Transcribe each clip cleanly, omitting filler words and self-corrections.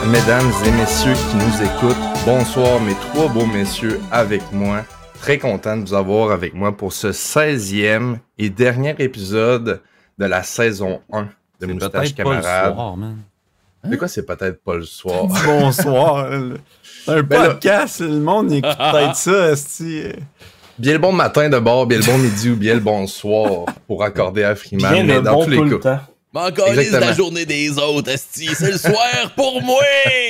Mesdames et messieurs qui nous écoutent, bonsoir mes trois beaux messieurs avec moi. Très content de vous avoir avec moi pour ce 16e et dernier épisode de la saison 1 de Moustache Camarade. Pas le soir, man. De quoi c'est peut-être pas le soir? Bonsoir. C'est un podcast, le monde écoute peut-être ça, esti. Bien le bon matin de bord, bien le bon midi ou bien le bon soir pour accorder à Freeman, bien mais dans bon tous les cas. Mais encore lise la journée des autres, esti, c'est le soir pour moi!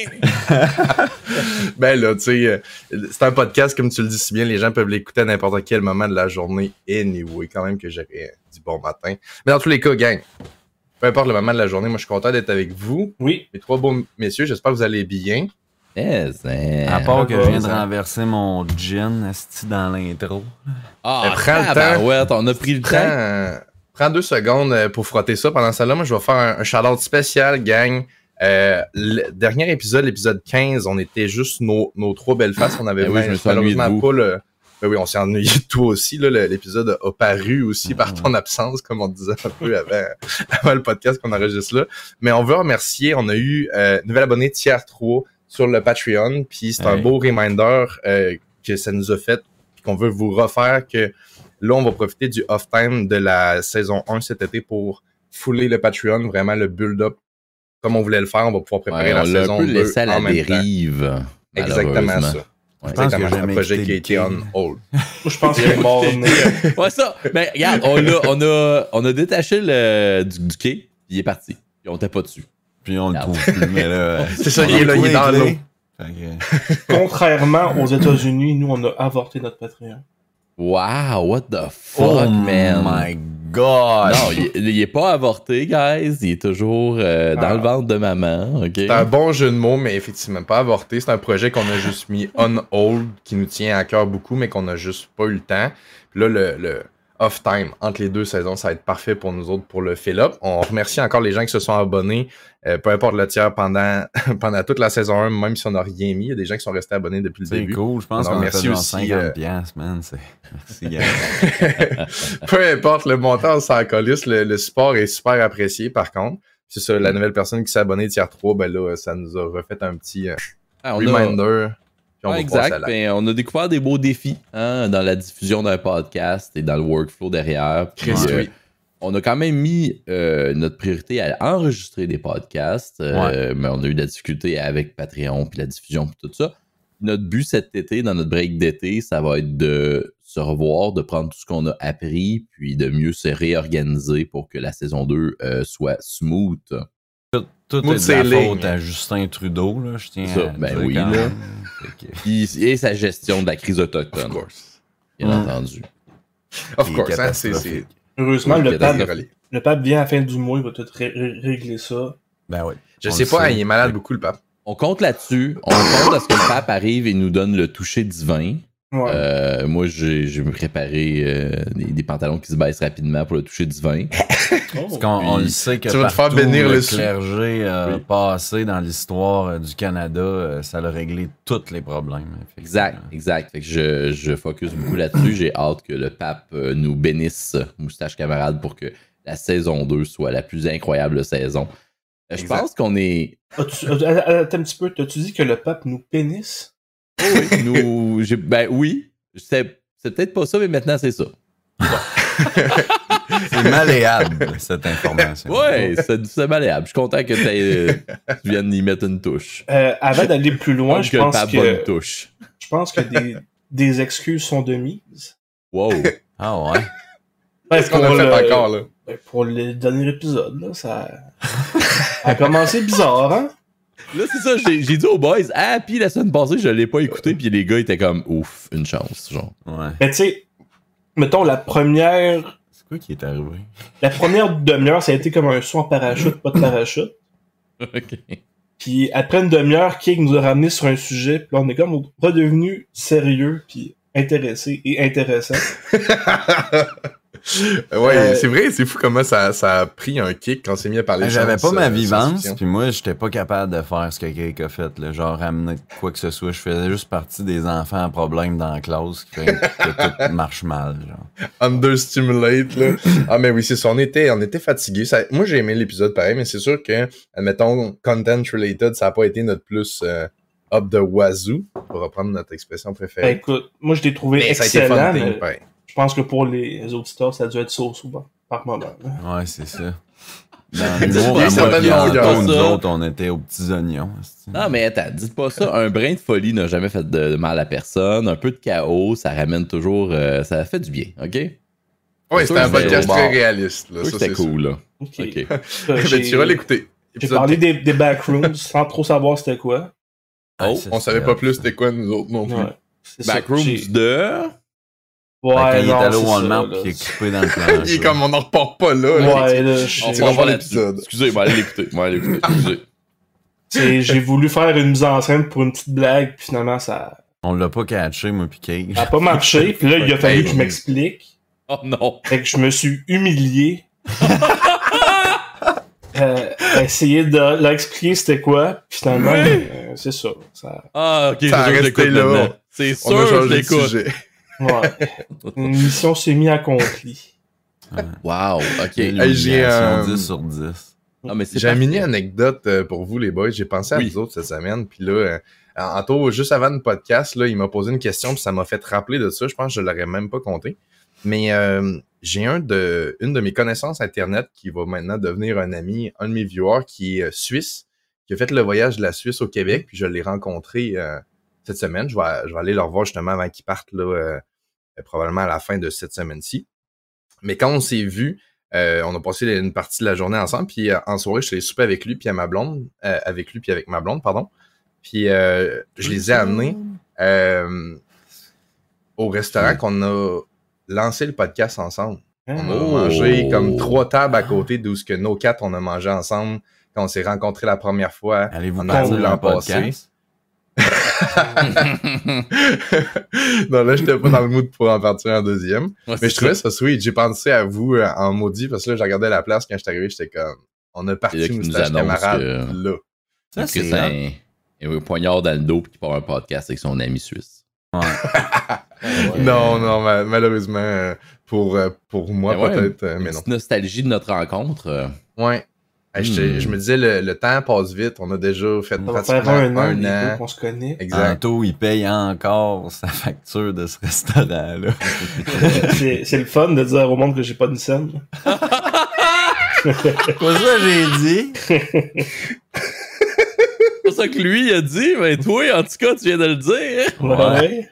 Ben là, tu sais, c'est un podcast, comme tu le dis si bien, les gens peuvent l'écouter à n'importe quel moment de la journée. Anyway, quand même que j'aurais dit bon matin. Mais dans tous les cas, gang, peu importe le moment de la journée, moi je suis content d'être avec vous. Oui. Mes trois beaux messieurs, j'espère que vous allez bien. À part que je viens de renverser mon gin, esti, dans l'intro. Ah, prends le temps. Ouais, on a pris le temps. Prends 2 secondes pour frotter ça. Pendant ça, là, moi, je vais faire un shout-out spécial, gang. Le dernier épisode, l'épisode 15, on était juste nos trois belles faces. On avait oui, je me suis ennuyé de vous. pas le... Ben oui, on s'est ennuyé de toi aussi. Là, l'épisode a paru aussi par ton absence, comme on disait un peu avant le podcast qu'on enregistre là. Mais on veut remercier, on a eu nouvel abonné tiers 3 sur le Patreon. Puis c'est un beau reminder que ça nous a fait, puis qu'on veut vous refaire que là, on va profiter du off-time de la saison 1 cet été pour fouler le Patreon, vraiment le build-up comme on voulait le faire. On va pouvoir préparer la saison 2 on l'a un peu laissé à la en même temps. Dérive. Exactement ça. Je pense Exactement, que c'est un projet qui a été on hold. Je pense qu'il est mort. Ouais, ça. Mais regarde, on a détaché du quai, puis il est parti. Puis on était pas dessus. Puis on le trouve plus, mais là... C'est ça, il est là, il est dans l'eau. Contrairement aux États-Unis, nous, on a avorté notre Patreon. Wow, what the fuck, man? Oh my god! Non, il est pas avorté, guys. Il est toujours dans le ventre de maman, ok? C'est un bon jeu de mots, mais effectivement pas avorté. C'est un projet qu'on a juste mis on hold, qui nous tient à cœur beaucoup, mais qu'on a juste pas eu le temps. Puis là, le off-time entre les 2 saisons, ça va être parfait pour nous autres pour le fill-up. On remercie encore les gens qui se sont abonnés, peu importe le tiers, pendant toute la saison 1, même si on n'a rien mis. Il y a des gens qui sont restés abonnés depuis le début. C'est cool, je pense qu'on a fait genre 50 piastres, man. Merci, gars. Peu importe le montant, on s'en calisse. Le support est super apprécié, par contre. C'est ça, la nouvelle personne qui s'est abonnée tiers 3, ben là, ça nous a refait un petit reminder. Exact. Ben, on a découvert des beaux défis dans la diffusion d'un podcast et dans le workflow derrière. Puis, on a quand même mis notre priorité à enregistrer des podcasts, mais on a eu de la difficulté avec Patreon puis la diffusion puis tout ça. Notre but cet été, dans notre break d'été, ça va être de se revoir, de prendre tout ce qu'on a appris, puis de mieux se réorganiser pour que la saison 2 soit smooth. Tout est de la faute à Justin Trudeau, là, je tiens à dire oui, là. Et sa gestion de la crise autochtone. Of course. Bien entendu. Of course, hein, c'est... Heureusement, le pape vient à la fin du mois, il va tout régler ça. Ben oui. Je sais pas, il est malade beaucoup, le pape. On compte là-dessus. On compte à ce que le pape arrive et nous donne le toucher divin. Ouais. Moi, j'ai préparé des pantalons qui se baissent rapidement pour le toucher divin. Parce qu'on le sait que tu vas te faire partout bénir le clergé passé dans l'histoire du Canada, ça a réglé tous les problèmes. Exact. Fait que je focus beaucoup là-dessus. J'ai hâte que le pape nous bénisse, Moustache Camarade, pour que la saison 2 soit la plus incroyable saison. Je pense qu'on est... Attends un petit peu, t'as-tu dit que le pape nous pénisse? Oui, oui. C'est peut-être pas ça, mais maintenant c'est ça. C'est malléable, cette information. Oui, c'est malléable. Je suis content que tu viennes y mettre une touche. Avant d'aller plus loin, je pense que des excuses sont de mise. Wow. Ah ouais? Qu'est-ce qu'on a fait encore, là? Pour le dernier épisode, là, ça a commencé bizarre, hein? Là, c'est ça, j'ai dit aux boys, puis la semaine passée, je l'ai pas écouté, puis les gars étaient comme, ouf, une chance, genre. Ouais. Mais tu sais, mettons, la première... C'est quoi qui est arrivé? La première demi-heure, ça a été comme un saut en parachute, pas de parachute. OK. Puis après une demi-heure, Kig nous a ramené sur un sujet, puis là, on est comme redevenu sérieux, puis intéressé et intéressant. Ouais, c'est vrai, c'est fou comment ça a pris un kick quand c'est mis à parler. J'avais pas ma vivance, puis moi, j'étais pas capable de faire ce que Cake a fait, là, genre ramener quoi que ce soit. Je faisais juste partie des enfants à problème dans la classe qui fait que tout marche mal. Genre. Understimulate, là. Ah, mais oui, c'est ça. On était fatigués. Moi, j'ai aimé l'épisode pareil, mais c'est sûr que, admettons, content related, ça a pas été notre plus up the wazoo, pour reprendre notre expression préférée. Écoute, moi, je l'ai trouvé excellent. Je pense que pour les auditeurs, ça a dû être souvent par moment. Ouais, c'est ça. Dans l'humour, nous autres, on était aux petits oignons. Non, mais attends, dites pas ça. Un brin de folie n'a jamais fait de mal à personne. Un peu de chaos, ça ramène toujours... ça fait du bien, OK? Ouais, c'était un podcast très réaliste. Là. Oui, c'était cool, là. OK. Mais tu vas l'écouter. J'ai parlé des backrooms sans trop savoir c'était quoi. Oh, on savait pas plus c'était quoi, nous autres, non plus. Ouais, backrooms de... Ouais, quand il est allé au Walmart pis qu'il est coupé dans le plan. Il est comme, on en repart pas là. Ouais, là, on va voir l'épisode. Excusez, moi, allez l'écouter. Excusez. J'ai voulu faire une mise en scène pour une petite blague, puis finalement, ça... On l'a pas catché, moi pis Cake. Ça a pas marché, puis là, il a fallu que je m'explique. Oh non! Fait que je me suis humilié. Essayer de leur expliquer c'était quoi, puis finalement, c'est ça. Ah, ok, ça a resté là. C'est sûr, je l'écoute. Ouais. Une mission semi-accomplie. Wow, ok. J'ai 10 sur 10. Ah, mais j'ai une mini-anecdote pour vous, les boys. J'ai pensé à vous autres cette semaine, puis là, Anto, juste avant le podcast, là, il m'a posé une question, puis ça m'a fait rappeler de ça. Je pense que je l'aurais même pas compté. Mais j'ai une de mes connaissances Internet qui va maintenant devenir un ami, un de mes viewers qui est suisse, qui a fait le voyage de la Suisse au Québec, puis je l'ai rencontré cette semaine. Je vais aller le revoir justement avant qu'ils partent, là, probablement à la fin de cette semaine-ci. Mais quand on s'est vu, on a passé une partie de la journée ensemble, puis en soirée, je suis allé souper avec lui puis avec ma blonde, pardon. Puis je les ai amenés au restaurant qu'on a lancé le podcast ensemble. On a mangé comme 3 tables à côté d'où ce que nos 4 on a mangé ensemble quand on s'est rencontrés la première fois. Allez-vous partir l'an passé. Non, là, j'étais pas dans le mood pour en partir en deuxième. Ouais, mais je trouvais ça sweet. J'ai pensé à vous en maudit parce que là, j'ai regardé la place quand je suis arrivé, j'étais comme, on a parti moustache camarade là. Ça, c'est un poignard dans le dos qui part un podcast avec son ami suisse. Ouais. Non, malheureusement, pour moi, peut-être, mais non. Une nostalgie de notre rencontre. Ouais. Je me disais, le temps passe vite. On a déjà fait pratiquement un an. On se connaît. Exact. Anto, il paye encore sa facture de ce restaurant-là. C'est le fun de dire au monde que j'ai pas de scène. C'est ça j'ai dit. C'est ça que lui il a dit, mais toi, en tout cas, tu viens de le dire. Ouais.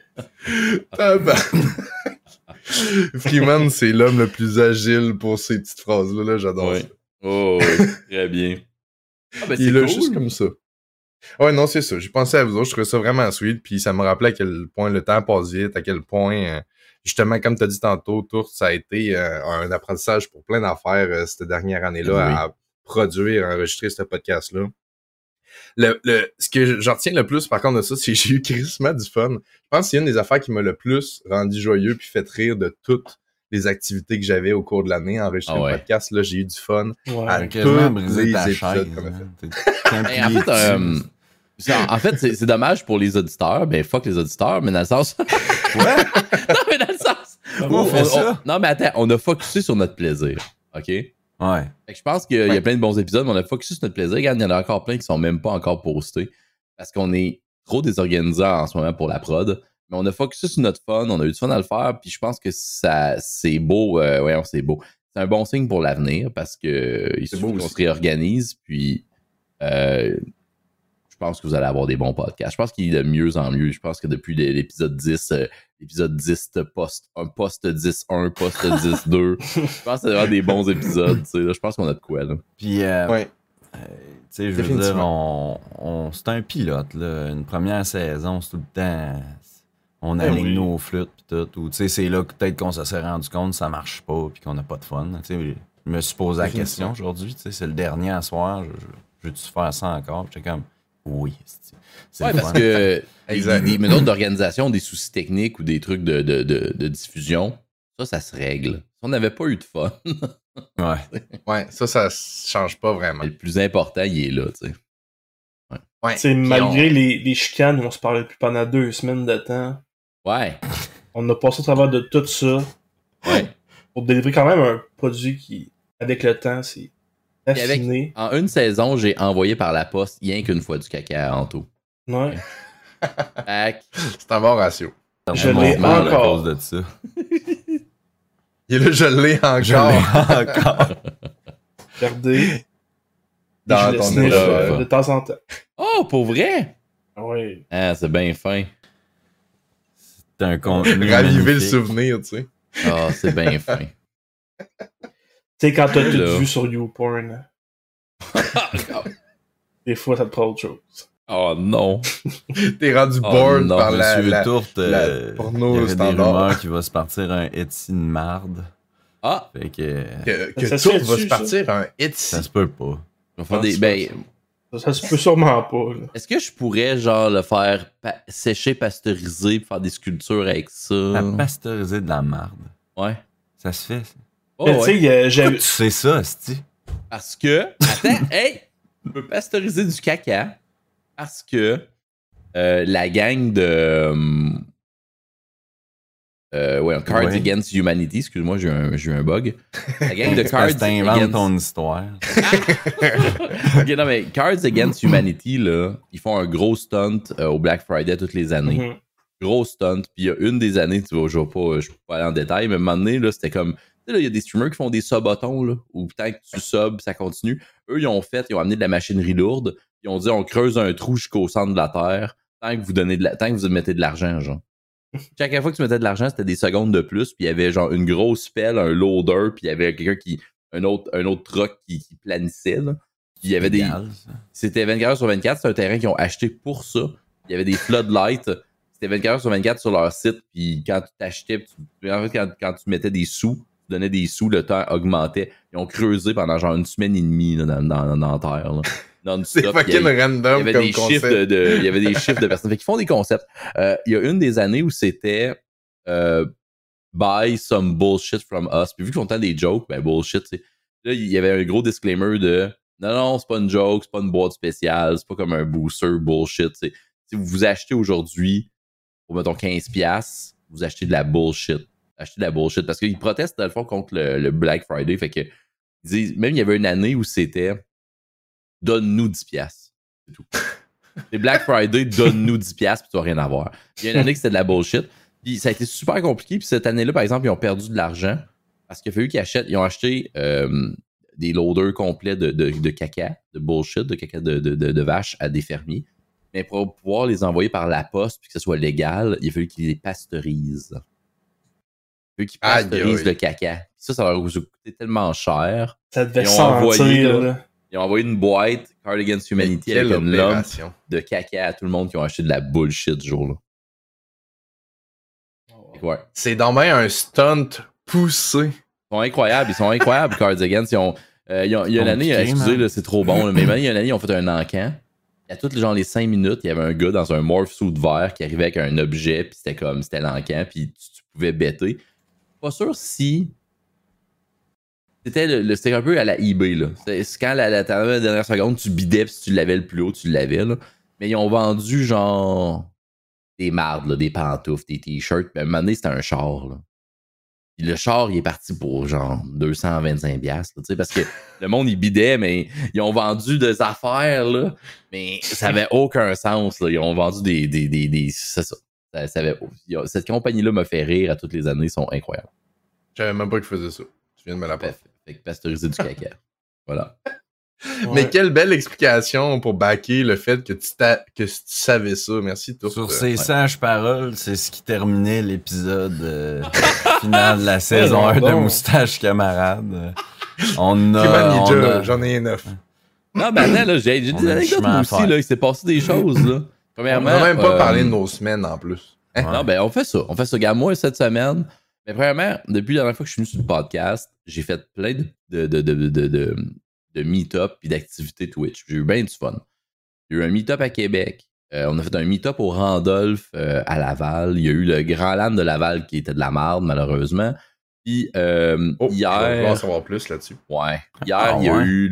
Freeman, c'est l'homme le plus agile pour ces petites phrases-là. Là, j'adore ça. Oh, très bien. Ah, ben, il est juste comme ça. Ouais, non, c'est ça. J'ai pensé à vous autres. Je trouvais ça vraiment sweet. Puis ça me rappelait à quel point le temps passe vite, à quel point, justement, comme tu as dit tantôt, Tour, ça a été un apprentissage pour plein d'affaires cette dernière année-là à produire, à enregistrer ce podcast-là. Ce que j'en retiens le plus, par contre, de ça, c'est que j'ai eu crissement du fun. Je pense que c'est une des affaires qui m'a le plus rendu joyeux puis fait rire de toutes les activités que j'avais au cours de l'année. Enregistrer le podcast, là, j'ai eu du fun. À tous les épisodes qu'on a fait. En fait, c'est dommage pour les auditeurs. Ben, fuck les auditeurs, mais dans le sens... Ouais? Non, mais dans le sens... Comment on fait ça? Non, mais attends, on a focusé sur notre plaisir. OK? Ouais. Fait que je pense qu'il y a plein de bons épisodes, mais on a focusé sur notre plaisir. Regarde, il y en a encore plein qui sont même pas encore postés. Parce qu'on est trop désorganisés en ce moment pour la prod. Mais on a focusé sur notre fun, on a eu du fun à le faire, puis je pense que c'est beau. C'est beau. C'est un bon signe pour l'avenir parce que il suffit qu'on se réorganise, puis je pense que vous allez avoir des bons podcasts. Je pense qu'il est de mieux en mieux. Je pense que depuis l'épisode 10, l'épisode 10 post 10.1, post 10.2, je pense que ça va avoir des bons épisodes. Là, je pense qu'on a de quoi. Là. Puis, tu sais, je veux dire, c'est un pilote. Là. Une première saison, c'est tout le temps... On aligne nos flûtes pis tout. Ou tu sais, c'est là que peut-être qu'on s'est rendu compte que ça marche pas puis qu'on n'a pas de fun. Tu sais, je me suis posé la question aujourd'hui. Tu sais, c'est le dernier à soir. Je veux-tu faire ça encore? J'étais comme, oui. C'est parce que les méthodes d'organisation, des soucis techniques ou des trucs de diffusion ça se règle. Si on n'avait pas eu de fun. Ouais, ça change pas vraiment. Mais le plus important, il est là, tu sais. Ouais. Malgré les chicanes, on se parlait plus pendant 2 semaines de temps. Ouais. On a passé au travers de tout ça. Ouais. Pour délivrer quand même un produit qui, avec le temps, c'est affiné. En une saison, j'ai envoyé par la poste rien qu'une fois du caca à Anto. Ouais. C'est un bon ratio. Je l'ai encore. À cause de ça. Je l'ai encore. Regardez. Dans je ton le état. de temps en temps. Oh, pour vrai? Oui. Ah, c'est bien fin. C'est un contenu Raviver le magnifique. souvenir, tu sais. Ah, c'est bien fin. Tu sais, quand t'as tout Là. vu sur YouPorn, des fois, ça te prend autre chose. Oh non. T'es rendu bored non, par Monsieur la Tourte, porno il y avait des standard. rumeurs qu'il va se partir un Etsy de marde. Ah! Fait que Que Ça se Tourte fait va dessus, se partir un hit. ça se peut pas. On va faire des. Ben, Ça se peut sûrement pas. Là. est-ce que je pourrais, genre, le faire sécher, pasteuriser, pour faire des sculptures avec ça? T'as pasteurisé de la marde. Ouais. Ça se fait, ça. Oh, Mais tu ouais. sais, j'avais. Tu sais ça, c'ti? Parce que. Attends, hey! On peut pasteuriser du caca parce que la gang de. Cards Against Humanity, excuse-moi, j'ai eu un bug. La gang de Cards T'inventes Against. ton histoire. Ok, non, mais Cards Against Humanity, là, ils font un gros stunt au Black Friday toutes les années. Mhm. Gros stunt. Puis il y a une des années, tu vois, je peux pas aller en détail, mais à un moment donné, là, c'était comme. Tu sais, là, il y a des streamers qui font des subotons, là, où tant que tu subs, ça continue. Eux, ils ont amené de la machinerie lourde. Ils ont dit, on creuse un trou jusqu'au centre de la Terre tant que vous mettez de l'argent, genre. Chaque fois que tu mettais de l'argent, c'était des secondes de plus, puis il y avait genre une grosse pelle, un loader, puis il y avait un autre truck qui planissait, là. Puis il y avait C'était 24 heures sur 24, c'est un terrain qu'ils ont acheté pour ça. Il y avait des floodlights. C'était 24 heures sur 24 sur leur site, puis quand tu t'achetais, quand tu mettais des sous, tu donnais des sous, le temps augmentait. Ils ont creusé pendant genre 1 semaine et demie là, dans la terre. Là. C'est fucking random il y avait comme des concept. il y avait des chiffres de personnes. Fait qu'ils font des concepts. Il y a une des années où c'était buy some bullshit from us. Puis vu qu'ils font tant des jokes, ben bullshit, tu sais. Là, il y avait un gros disclaimer de non, c'est pas une joke, c'est pas une boîte spéciale, c'est pas comme un booster bullshit. Tu sais. Si vous achetez aujourd'hui pour, mettons, 15$, vous achetez de la bullshit. Achetez de la bullshit. Parce qu'ils protestent, dans le fond, contre le Black Friday. Fait que, ils disent, même il y avait une année où c'était donne-nous 10$. C'est tout. C'est Black Friday, donne-nous 10$, puis tu vas rien avoir. Il y a une année que c'était de la bullshit. Puis ça a été super compliqué. Puis cette année-là, par exemple, ils ont perdu de l'argent parce qu'il a fallu qu'ils achètent. Ils ont acheté des loaders complets de caca, de bullshit, de caca de vache à des fermiers. Mais pour pouvoir les envoyer par la poste puis que ce soit légal, il a fallu qu'ils les pasteurisent. Il a fallu qu'ils pasteurisent le caca. Puis ça leur a coûté tellement cher. Ça devait sentir, là. Ils ont envoyé une boîte Cards Against Humanity avec une lump de caca à tout le monde qui ont acheté de la bullshit ce jour-là. Ouais. C'est donc bien un stunt poussé. Ils sont incroyables, Cards Against. Il y a une année, excusez, là, c'est trop bon, là, mais il y a une année, ils ont fait un encan. À toutes les 5 minutes, il y avait un gars dans un morph suit vert qui arrivait avec un objet, puis c'était l'encan, puis tu pouvais bêter. Pas sûr si. C'était un peu à la eBay, là. C'est quand la dernière seconde, tu bidais, puis si tu l'avais le plus haut, tu l'avais, là. Mais ils ont vendu, genre, des mardes, là, des pantoufles, des t-shirts, puis à un moment donné, c'était un char, là. Puis le char, il est parti pour genre 225$, là, tu sais, parce que le monde, il bidait, mais ils ont vendu des affaires, là, mais ça avait aucun sens, là. Ils ont vendu des c'est ça. Cette compagnie-là me fait rire à toutes les années, ils sont incroyables. Je savais même pas qu'ils faisaient ça. Tu viens de me l'apprendre. Fait que pasteuriser du caca. Voilà. Ouais. Mais quelle belle explication pour backer le fait que tu savais ça. Merci, tout. Sur ces sages paroles, c'est ce qui terminait l'épisode final de la saison 1 de Moustache Camarade. J'en ai 9. Non, mais attends, là, j'ai des anecdotes aussi, là, il s'est passé des choses, là. Premièrement. On n'a même pas parlé de nos semaines en plus. Hein? Ouais. Non, ben, on fait ça. Regarde, moi, cette semaine. Mais premièrement, depuis la dernière fois que je suis venu sur le podcast, j'ai fait plein de meet-up et d'activités Twitch. J'ai eu bien du fun. Il y a eu un meet-up à Québec. On a fait un meet-up au Randolph à Laval. Il y a eu le Grand LAN de Laval qui était de la marde, malheureusement. Puis hier... On va en savoir plus là-dessus. Ouais. Hier, il y a eu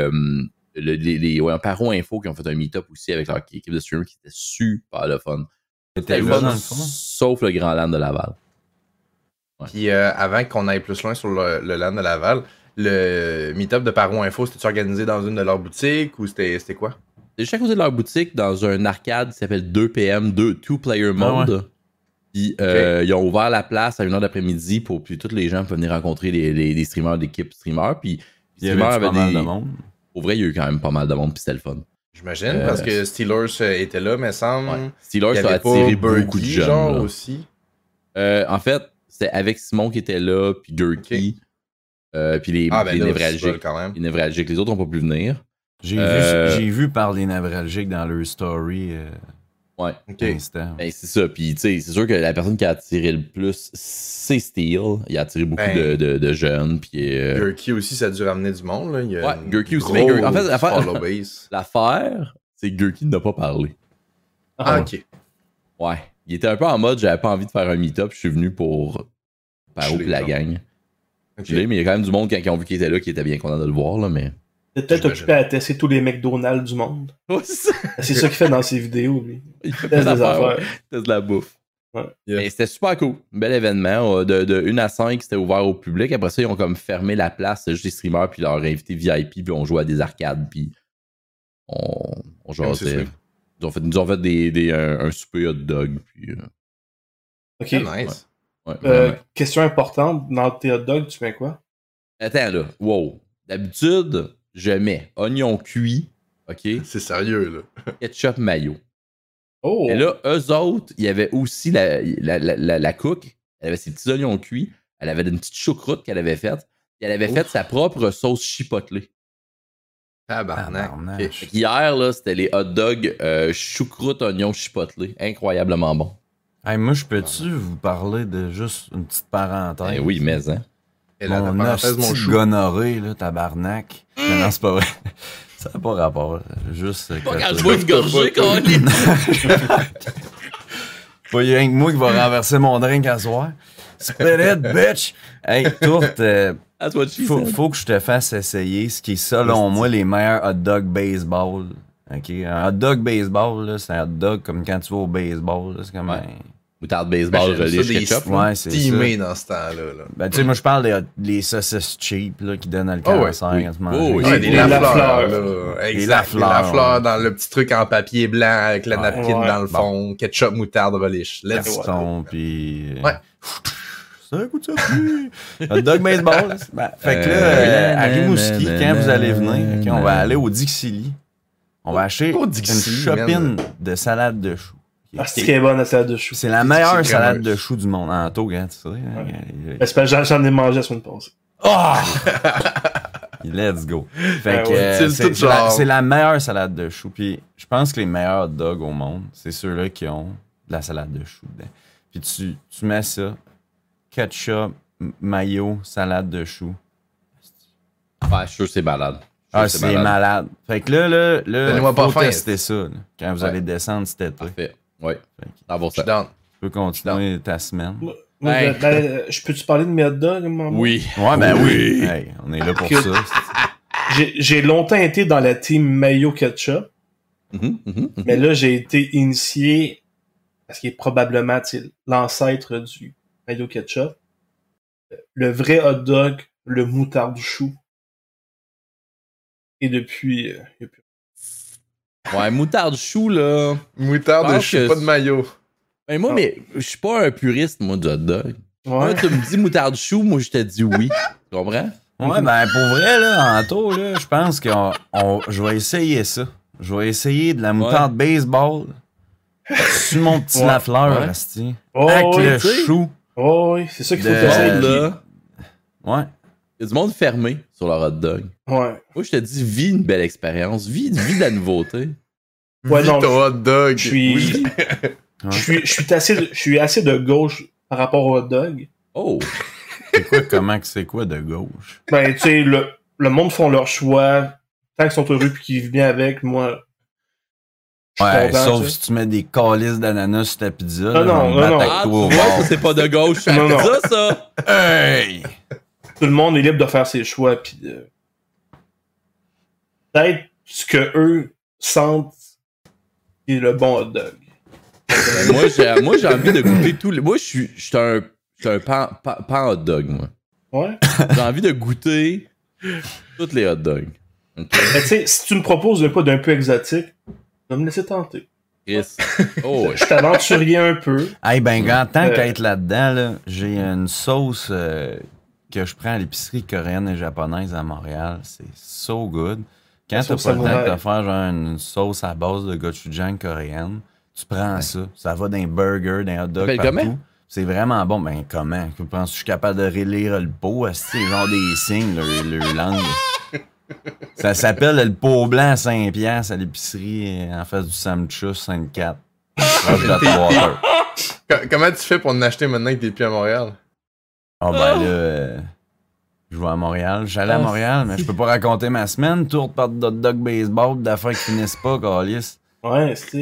les Paro Info qui ont fait un meet-up aussi avec leur équipe de streamers qui était super le fun. C'était le fun, sauf le Grand LAN de Laval. Ouais. Puis avant qu'on aille plus loin sur le LAN de Laval, le meet-up de Paro Info, c'était-tu organisé dans une de leurs boutiques ou c'était quoi? C'était juste à côté de leur boutique dans un arcade qui s'appelle 2PM, 2-player mode. Ouais. Puis ils ont ouvert la place à 1h d'après-midi pour puis tous les gens peuvent venir rencontrer les streamers d'équipe streamers. Puis il y avait pas mal de monde. Au vrai, il y a eu quand même pas mal de monde puis c'était le fun. J'imagine, parce que Steelers était là, mais semble. Ouais. Steelers a attiré beaucoup de jeunes. Genre là. Aussi. En fait, c'était avec Simon qui était là, puis Gurky, puis les névralgiques. Les névralgiques, les autres n'ont pas pu venir. J'ai vu par les névralgiques dans leur story. Ouais. Instant. Ben, c'est ça. Puis, tu sais, c'est sûr que la personne qui a attiré le plus, c'est Steel. Il a attiré beaucoup de jeunes. Puis. Gurky aussi, ça a dû ramener du monde. Là. Il y a Gurky aussi. En fait, l'affaire, c'est que Gurky n'a pas parlé. Ok. Ouais. Il était un peu en mode, j'avais pas envie de faire un meet-up. Je suis venu pour Paro et la gang. Okay. Mais il y a quand même du monde, quand ils ont vu qu'il était là, qui était bien content de le voir. Là, mais. Il est peut-être occupé à tester tous les McDonald's du monde. C'est ça qu'il fait dans ses vidéos, lui. Il fait des affaires. Teste de la bouffe. Ouais. Yeah. C'était super cool. Bel événement. De 1 à 5, c'était ouvert au public. Après ça, ils ont comme fermé la place. C'était juste les streamers, puis leur invité VIP, puis on jouait à des arcades, puis on jouait. Ils nous ont fait un souper hot dog. Puis, ok. Nice. Ouais, question importante. Dans tes hot dogs, tu mets quoi? Attends, là. Wow. D'habitude, je mets oignon cuit, OK? C'est sérieux, là. Ketchup mayo. Oh! Et là, eux autres, il y avait aussi la cook. Elle avait ses petits oignons cuits. Elle avait une petite choucroute qu'elle avait faite. Et elle avait fait sa propre sauce chipotlée. Tabarnak. Hier, là, c'était les hot dogs choucroute oignon chipotlé. Incroyablement bon. Hey, moi, je peux-tu vous parler de juste une petite parenthèse? Oui, mais hein. Et là, mon chou. Gonorrhée, là, tabarnak. Non, c'est pas vrai. Ça n'a pas rapport. Juste. Pas quand je vois une gorgée, Colin. Pas rien que moi qui va renverser mon drink à soir. Spirit, bitch! Hey, Tourte, faut que je te fasse essayer ce qui est, selon moi, les meilleurs hot dog baseball. OK? Un hot dog baseball, là, c'est un hot dog comme quand tu vas au baseball. Là, c'est comme un... Moutarde baseball relish ketchup. Ouais, c'est steamé dans ce temps-là. Là. Ben, tu sais, moi, je parle des saucisses cheap là, qui donnent le cancer en ce moment. Des Lafleur, là. Exact. Des Lafleur dans le petit truc en papier blanc avec la napkin dans le fond. Ketchup, moutarde, relish. Let's go. Puis... Ouais. Ça coûte ça plus. Hot dog baseball. Fait que là, à Rimouski, quand vous allez venir, on va aller au Dixili. On va acheter une chopine de salade de choux. C'est qui est bonne la salade de choux. C'est la meilleure salade de choux du monde. En taux, tu sais. J'en ai mangé la semaine passée. Oh! Let's go. Fait que c'est la meilleure salade de choux. Puis je pense que les meilleurs hot dogs au monde, c'est ceux-là qui ont de la salade de choux dedans. Puis tu mets ça, ketchup, mayo, salade de choux. Ouais, je suis sûr que c'est malade. C'est malade. Fait que là faut tester ça là, quand vous allez descendre cet été. Parfait. Ouais. Tu peux continuer ta semaine. Je peux-tu parler de mes hot dogs? Oui. Ouais, ben oui. Hey, on est là pour ça. J'ai longtemps été dans la team mayo ketchup. Mais là, j'ai été initié, parce qu'il est probablement l'ancêtre du mayo ketchup. Le vrai hot dog, le moutarde chou. Et depuis, ouais, moutarde chou, là. Moutarde chou, pas de mayo. Ben moi, mais je suis pas un puriste, moi, du hot dog. Moi, tu me dis moutarde chou, moi, je te dis oui. Tu comprends? Ouais, ben pour vrai, là, Anto, là, je pense que je vais essayer ça. Je vais essayer de la moutarde baseball sur mon petit Lafleur, asti. Avec le chou. Oh, oui, c'est ça qu'il faut faire, là. Ouais. Il y a du monde fermé sur leur hot dog. Ouais. Moi, je te dis, vis une belle expérience. Vis de la nouveauté. Ouais, vis ton hot dog. Je suis assez de gauche par rapport au hot dog. Oh! C'est quoi de gauche? Ben, tu sais, le monde font leur choix. Tant qu'ils sont heureux et qu'ils vivent bien avec, moi, Ouais, sauf si tu mets des calices d'ananas sur ta pizza. Non. Ah, tu vois, ça, c'est pas de gauche sur la pizza, ça! Hey! Tout le monde est libre de faire ses choix, puis peut-être ce que eux sentent est le bon hot dog. Moi, j'ai envie de goûter tous les... Moi, je suis un pan hot dog, moi. Ouais. J'ai envie de goûter tous les hot dogs. Okay. Mais tu sais, si tu me proposes un pas d'un peu exotique, je vais me laisser tenter. Chris. Oh, je t'aventurier un peu. Hey, ben, en tant qu'être là-dedans, là, j'ai une sauce que je prends à l'épicerie coréenne et japonaise à Montréal. C'est so good. Quand t'as pas le temps de faire genre une sauce à base de gochujang coréenne, tu prends ça. Ça va d'un burger, d'un hot dog, partout. Comment? C'est vraiment bon. Ben, comment? Je pense que je suis capable de relire le pot. C'est genre des signes, leur langue. Ça s'appelle le pot blanc à 5 piastres à l'épicerie en face du Samchus Sainte-Cat. Comment tu fais pour en acheter maintenant que t'es plus à Montréal? Ah ben là, je vais à Montréal. J'allais à Montréal, mais je peux pas raconter ma semaine. Tour par hot dog baseball, d'affaires qui finissent pas, câlisse. Ouais, c'est...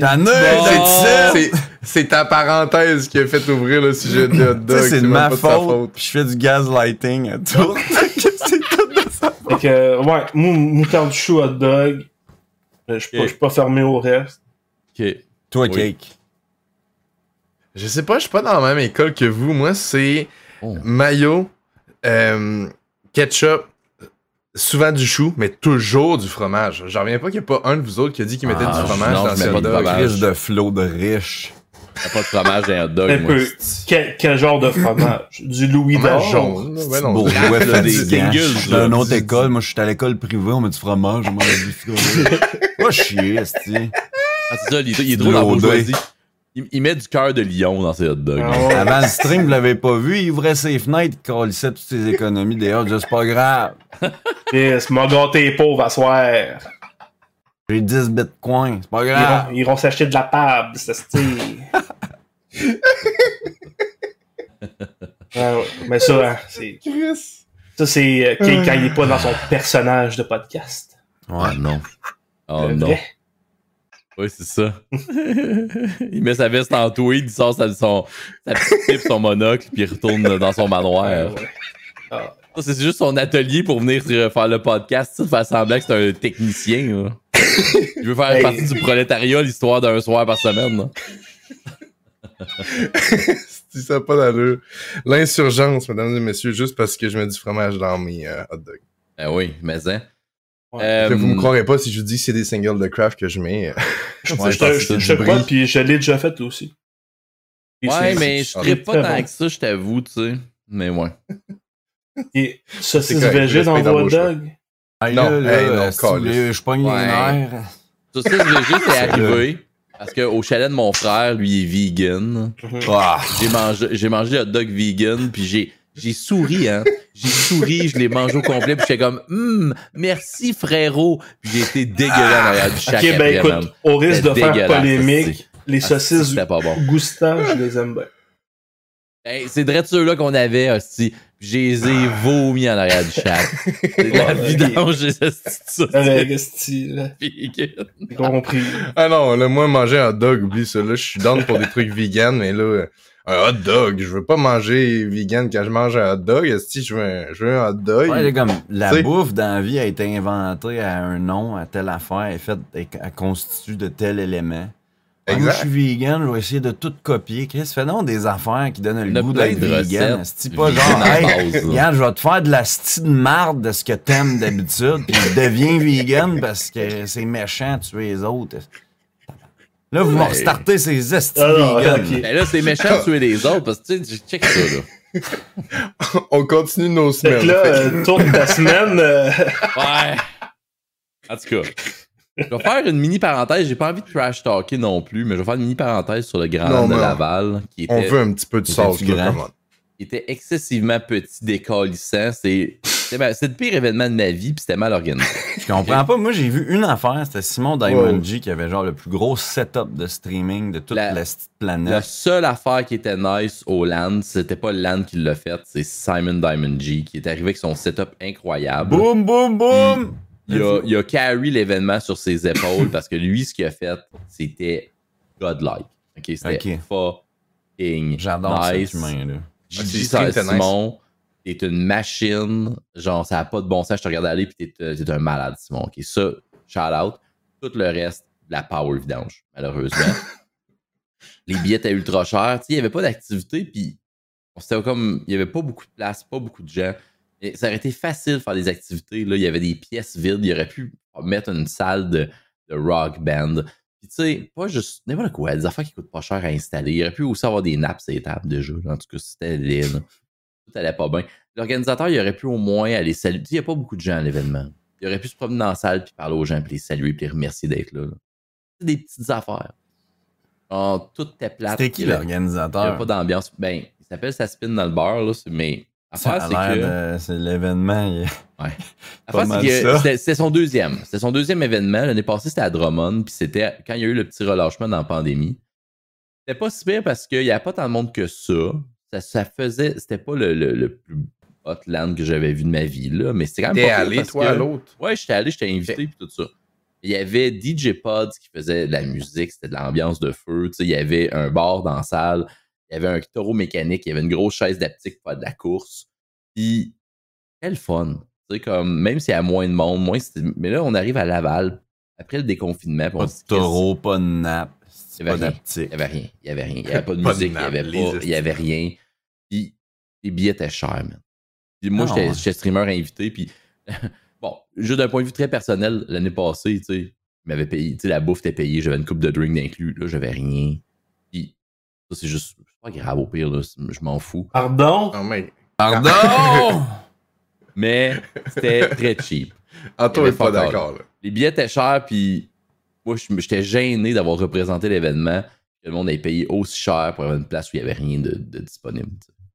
C'est ta parenthèse qui a fait ouvrir le sujet de hot dog. C'est de ma faute. Je fais du gaslighting à tout. Fait que, ouais, moutarde chou hot dog. Je suis pas fermé au reste. Ok. Toi, Cake. Je sais pas, je suis pas dans la même école que vous. Moi, c'est mayo, ketchup, souvent du chou, mais toujours du fromage. J'en reviens pas qu'il y a pas un de vous autres qui a dit qu'il mettait du fromage dans ses hot dogs. Riche de flot de riche. Y'a pas de fromage dans un hot dog, moi. Quel genre de fromage? Du Louis d'or? Jaune. Ouais, non. Bourgeois fatigant. Je suis dans une autre école. Moi, je suis à l'école privée. On met du fromage. Moi, chier, esti. Ah, c'est ça, il est drôle dans la bourgeoisie. Il met du cœur de lion dans ses hot dogs. Avant le stream, vous l'avez pas vu, il ouvrait ses fenêtres, il calissait toutes ses économies des hot. C'est pas grave. Yes, m'a gâté pauvre à soir. J'ai 10 bitcoins, c'est pas grave. Ils iront s'acheter de la table, c'est style. Mais ça, hein, c'est... Ça, c'est quand il est pas dans son personnage de podcast. Ouais, non. Oh non. Oui, c'est ça. Il met sa veste en tweed, il sort sa petite pipe, son monocle, puis il retourne dans son manoir. Ça, c'est juste son atelier pour venir faire le podcast, ça, faire semblant que c'est un technicien. Là. Il veut faire partie du prolétariat, l'histoire d'un soir par semaine. Là. Si ça pas d'allure. L'insurgence, mesdames et messieurs, juste parce que je mets du fromage dans mes hot dogs. Ben oui, mais hein. Vous me croirez pas si je vous dis que c'est des singles de Kraft que je mets. Je te crois, puis je l'ai déjà fait aussi. Ouais, mais je serais pas tant que ça, je t'avoue, tu sais. Mais ouais. Et saucisse végé dans vos hot dogs? Non, je pogne les nerfs. Saucisse végé, c'est arrivé. Parce qu'au chalet de mon frère, lui, il est vegan. J'ai mangé le hot dog vegan, puis j'ai souri, hein. J'ai souri, je l'ai mangé au complet, puis j'étais comme, merci frérot. Puis j'ai été dégueulasse en arrière du chac. Ok, ben écoute, au risque de faire polémique, les saucisses Gustave, je les aime bien. Hey, c'est direct ceux-là qu'on avait, hostie. Puis je les ai vomis en arrière du chac. C'est de la vidange des saucisses. J'ai compris. Ah non, là, moi, manger un hot dog, oublie ça. Là, je suis down pour des trucs vegan, mais là... Un hot dog, je veux pas manger vegan quand je mange un hot dog. Si je veux un hot dog. Ouais, comme la bouffe dans la vie a été inventée à un nom, à telle affaire, elle constitue de tel élément. Exact. Moi, je suis vegan, je vais essayer de tout copier. Chris, fais donc des affaires qui donnent le goût d'être vegan. C'est pas genre, hey, regarde, je vais te faire de la stie de marde de ce que t'aimes d'habitude, puis deviens vegan parce que c'est méchant de tuer les autres. Là, vous me restartez ces estis vegan. Okay. Ben là, c'est méchant de tuer les autres parce que, tu sais, check ça, là. On continue nos semaines. Fait que là, tourne ta semaine. Ouais. En tout cas, je vais faire une mini parenthèse. J'ai pas envie de trash talker non plus, mais je vais faire une mini parenthèse sur le Grand Lac de Laval. Qui était, on veut un petit peu de sauce, grand. Qui était excessivement petit, décalissant. C'est le pire événement de ma vie, puis c'était mal organisé. Je comprends pas. Moi, j'ai vu une affaire, c'était Simon Diamond G qui avait genre le plus gros setup de streaming de toute la planète. La seule affaire qui était nice au LAN, c'était pas le LAN qui l'a fait, c'est Simon Diamond G qui est arrivé avec son setup incroyable. Boum, boum, boum! Il a carry l'événement sur ses épaules parce que lui, ce qu'il a fait, c'était godlike. Ok, c'était fucking J'adore nice. cet humain-là. Gigi Simon, t'es une machine. Genre, ça n'a pas de bon sens. Je te regarde aller puis t'es un malade, Simon. Ok, ça, shout out. Tout le reste, de la power vidange, malheureusement. Les billets étaient ultra chers. Il n'y avait pas d'activité, puis c'était comme. Il n'y avait pas beaucoup de place, pas beaucoup de gens. Et ça aurait été facile de faire des activités. Là. Il y avait des pièces vides. Il aurait pu mettre une salle de rock band. Puis tu sais, pas juste n'importe quoi, des affaires qui coûtent pas cher à installer. Il aurait pu aussi avoir des nappes sur les tables déjà. En tout cas, c'était laid. Tout allait pas bien. L'organisateur, il aurait pu au moins aller saluer. Il n'y a pas beaucoup de gens à l'événement. Il aurait pu se promener dans la salle puis parler aux gens puis les saluer puis les remercier d'être là. C'est des petites affaires. Tout était plate. C'était qui l'organisateur? Il n'y avait pas d'ambiance. Ben, il s'appelle Ça spin dans le beurre, là, mais l'affaire, c'est que... C'est l'événement. Ouais. L'affaire, c'est que c'était son deuxième. C'était son deuxième événement. L'année passée, c'était à Drummond, puis c'était quand il y a eu le petit relâchement dans la pandémie. C'était pas si pire parce qu'il n'y avait pas tant de monde que ça. Ça faisait... C'était pas le plus hot land que j'avais vu de ma vie, là, mais c'était quand même T'es pas allé, toi, à l'autre? Ouais, j'étais allé, j'étais invité, puis tout ça. Il y avait DJ Pods qui faisait de la musique, c'était de l'ambiance de feu. Tu sais, il y avait un bar dans la salle, il y avait un taureau mécanique, il y avait une grosse chaise d'aptique pour faire de la course. Puis, quel fun. Tu sais, comme, même s'il y a moins de monde, mais là, on arrive à Laval, après le déconfinement. Pas de taureau, pas de nappe, pas d'aptique. Il n'y avait rien. Il n'y avait pas de musique, il n'y avait rien. Puis, les billets étaient chers, man. Puis moi, j'étais streamer invité, puis... Bon, juste d'un point de vue très personnel, l'année passée, tu sais, il m'avait payé, tu sais, la bouffe était payée, j'avais une coupe de drink d'inclus, là, j'avais rien. Puis, ça, c'est juste, c'est pas grave au pire, là, je m'en fous. Pardon? Non, mais... Pardon! Mais c'était très cheap. Antoine n'est pas d'accord, là. Les billets étaient chers, puis moi, j'étais gêné d'avoir représenté l'événement, que le monde ait payé aussi cher pour avoir une place où il n'y avait rien de disponible.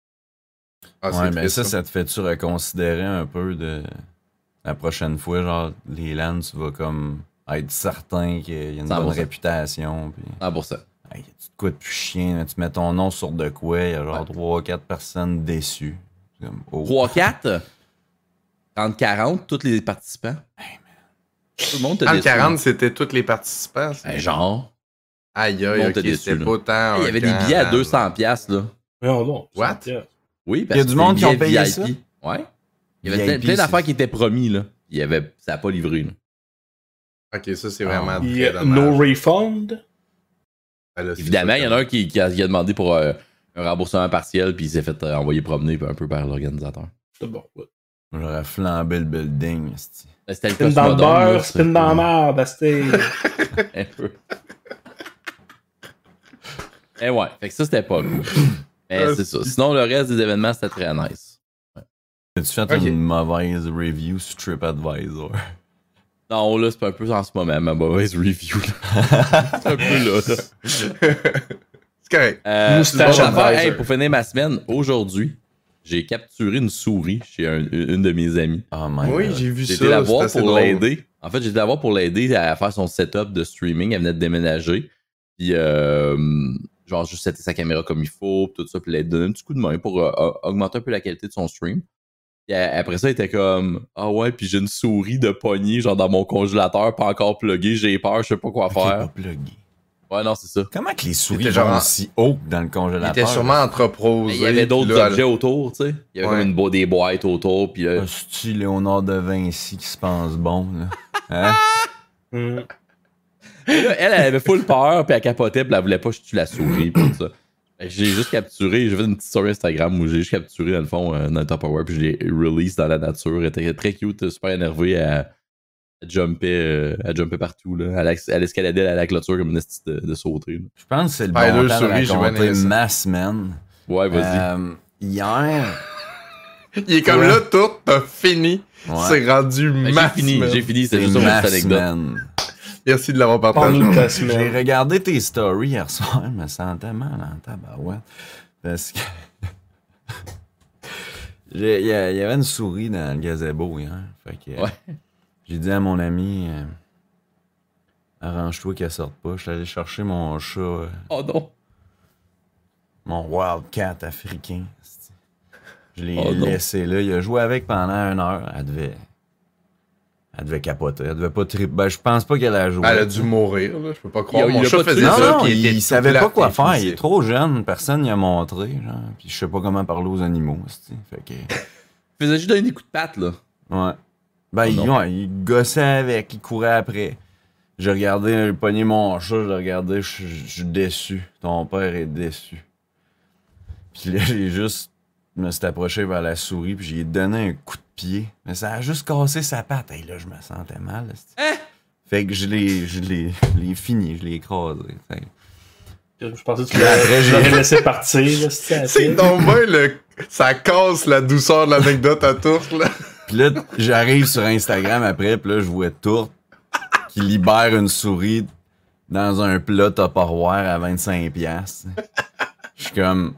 Ouais, mais ça te fait-tu reconsidérer un peu de... La prochaine fois, genre, les LAN, tu vas comme être certain qu'il y a une bonne réputation. Puis... 100%. Hey, tu te coûtes plus chien, tu mets ton nom sur de quoi, il y a genre 3-4 personnes déçues. Comme, 3-4? 30-40, tous les participants? Hey, tout le monde te déçu. 30-40, c'était tous les participants? Genre. Aïe, aïe, ok, c'était pas tant... Il y avait des billets à 200$, là. Non. What? Oui, parce qu'il y a du monde qui ont payé ça? Ouais. Il y avait plein d'affaires qui étaient promis, là. Ça n'a pas livré, là. Ok, ça, c'est vraiment très dommage. No refund? Là, évidemment, il y en a un qui a demandé pour un remboursement partiel, puis il s'est fait envoyer promener un peu par l'organisateur. C'est bon, ouais. J'aurais flambé le building. C'était le spin dans le beurre, spin dans la merde, c'était... Un peu. Et ouais, fait que ça, c'était pas cool. Mais c'est ça. Sinon, le reste des événements, c'était très nice. As-tu fait une mauvaise review sur TripAdvisor? Non, là, c'est un peu en ce moment, ma mauvaise review. C'est un peu là. C'est correct. Pour finir ma semaine, aujourd'hui, j'ai capturé une souris chez une de mes amis. Oh my God. J'ai vu ça. J'étais la voir pour l'aider. En fait, j'étais la voir pour l'aider à faire son setup de streaming. Elle venait de déménager. Puis, genre, juste setter sa caméra comme il faut, tout ça, puis lui donner un petit coup de main pour augmenter un peu la qualité de son stream. Puis après ça, il était comme ah ouais, puis j'ai une souris de poignée, genre dans mon congélateur, pas encore plugué, j'ai peur, je sais pas quoi faire. Pas plugué. Ouais, non, c'est ça. Comment que les souris vont aussi haut dans le congélateur? Il était sûrement entreposé. Il y avait d'autres objets autour, tu sais. Il y avait comme des boîtes autour, puis là... C'est-tu Léonard de Vinci qui se pense bon, là? Hein? Là, elle avait full peur, puis elle capotait, puis elle voulait pas que je tue la souris, puis tout ça. J'ai juste capturé, j'ai fait une petite story Instagram où j'ai juste capturé, dans le fond, dans le Tupperware, puis je l'ai release dans la nature. Elle était très cute, super énervée, elle jumpait partout, là. Elle escaladait à la clôture comme une petite de sauter. Là. Je pense que c'est le bon temps de raconter ma semaine. Ouais, vas-y. Hier... Il est comme là, tout a fini. Ouais. C'est rendu ma semaine. J'ai fini, c'était juste une anecdote. Merci de l'avoir partagé. J'ai regardé tes stories hier soir, je me sentais mal en tabarouette. Parce que. Il y avait une souris dans le gazebo hier. Fait que. J'ai dit à mon ami, arrange-toi qu'elle sorte pas. Je suis allé chercher mon chat. Oh non! Mon Wildcat africain. Je l'ai laissé là. Il a joué avec pendant 1 heure. Elle Elle devait capoter. Elle devait pas triper. Ben, je pense pas qu'elle a joué. Elle a dû mourir, là. Je peux pas croire. Mon chat faisait ça. Non, il savait pas quoi faire. Il Il est trop jeune. Personne n'y a montré. Genre. Puis je sais pas comment parler aux animaux. Fait que... Il faisait juste donner des coups de patte, là. Ouais. Ben, il gossait avec. Il courait après. J'ai regardé, j'ai pogné mon chat. Je l'ai regardé. Je suis déçu. Ton père est déçu. Puis là, je me suis approché vers la souris. Puis j'ai donné un coup de pied. Mais ça a juste cassé sa patte. Et là, je me sentais mal. Fait que je l'ai fini. Je l'ai écrasé. T'sais. Je pensais que tu l'aurais laissé partir. C'est donc bien ça casse la douceur de l'anecdote à Tourte, là. Puis là, j'arrive sur Instagram après, puis là, je vois Tourte qui libère une souris dans un plat Tupperware à 25$. Je suis comme...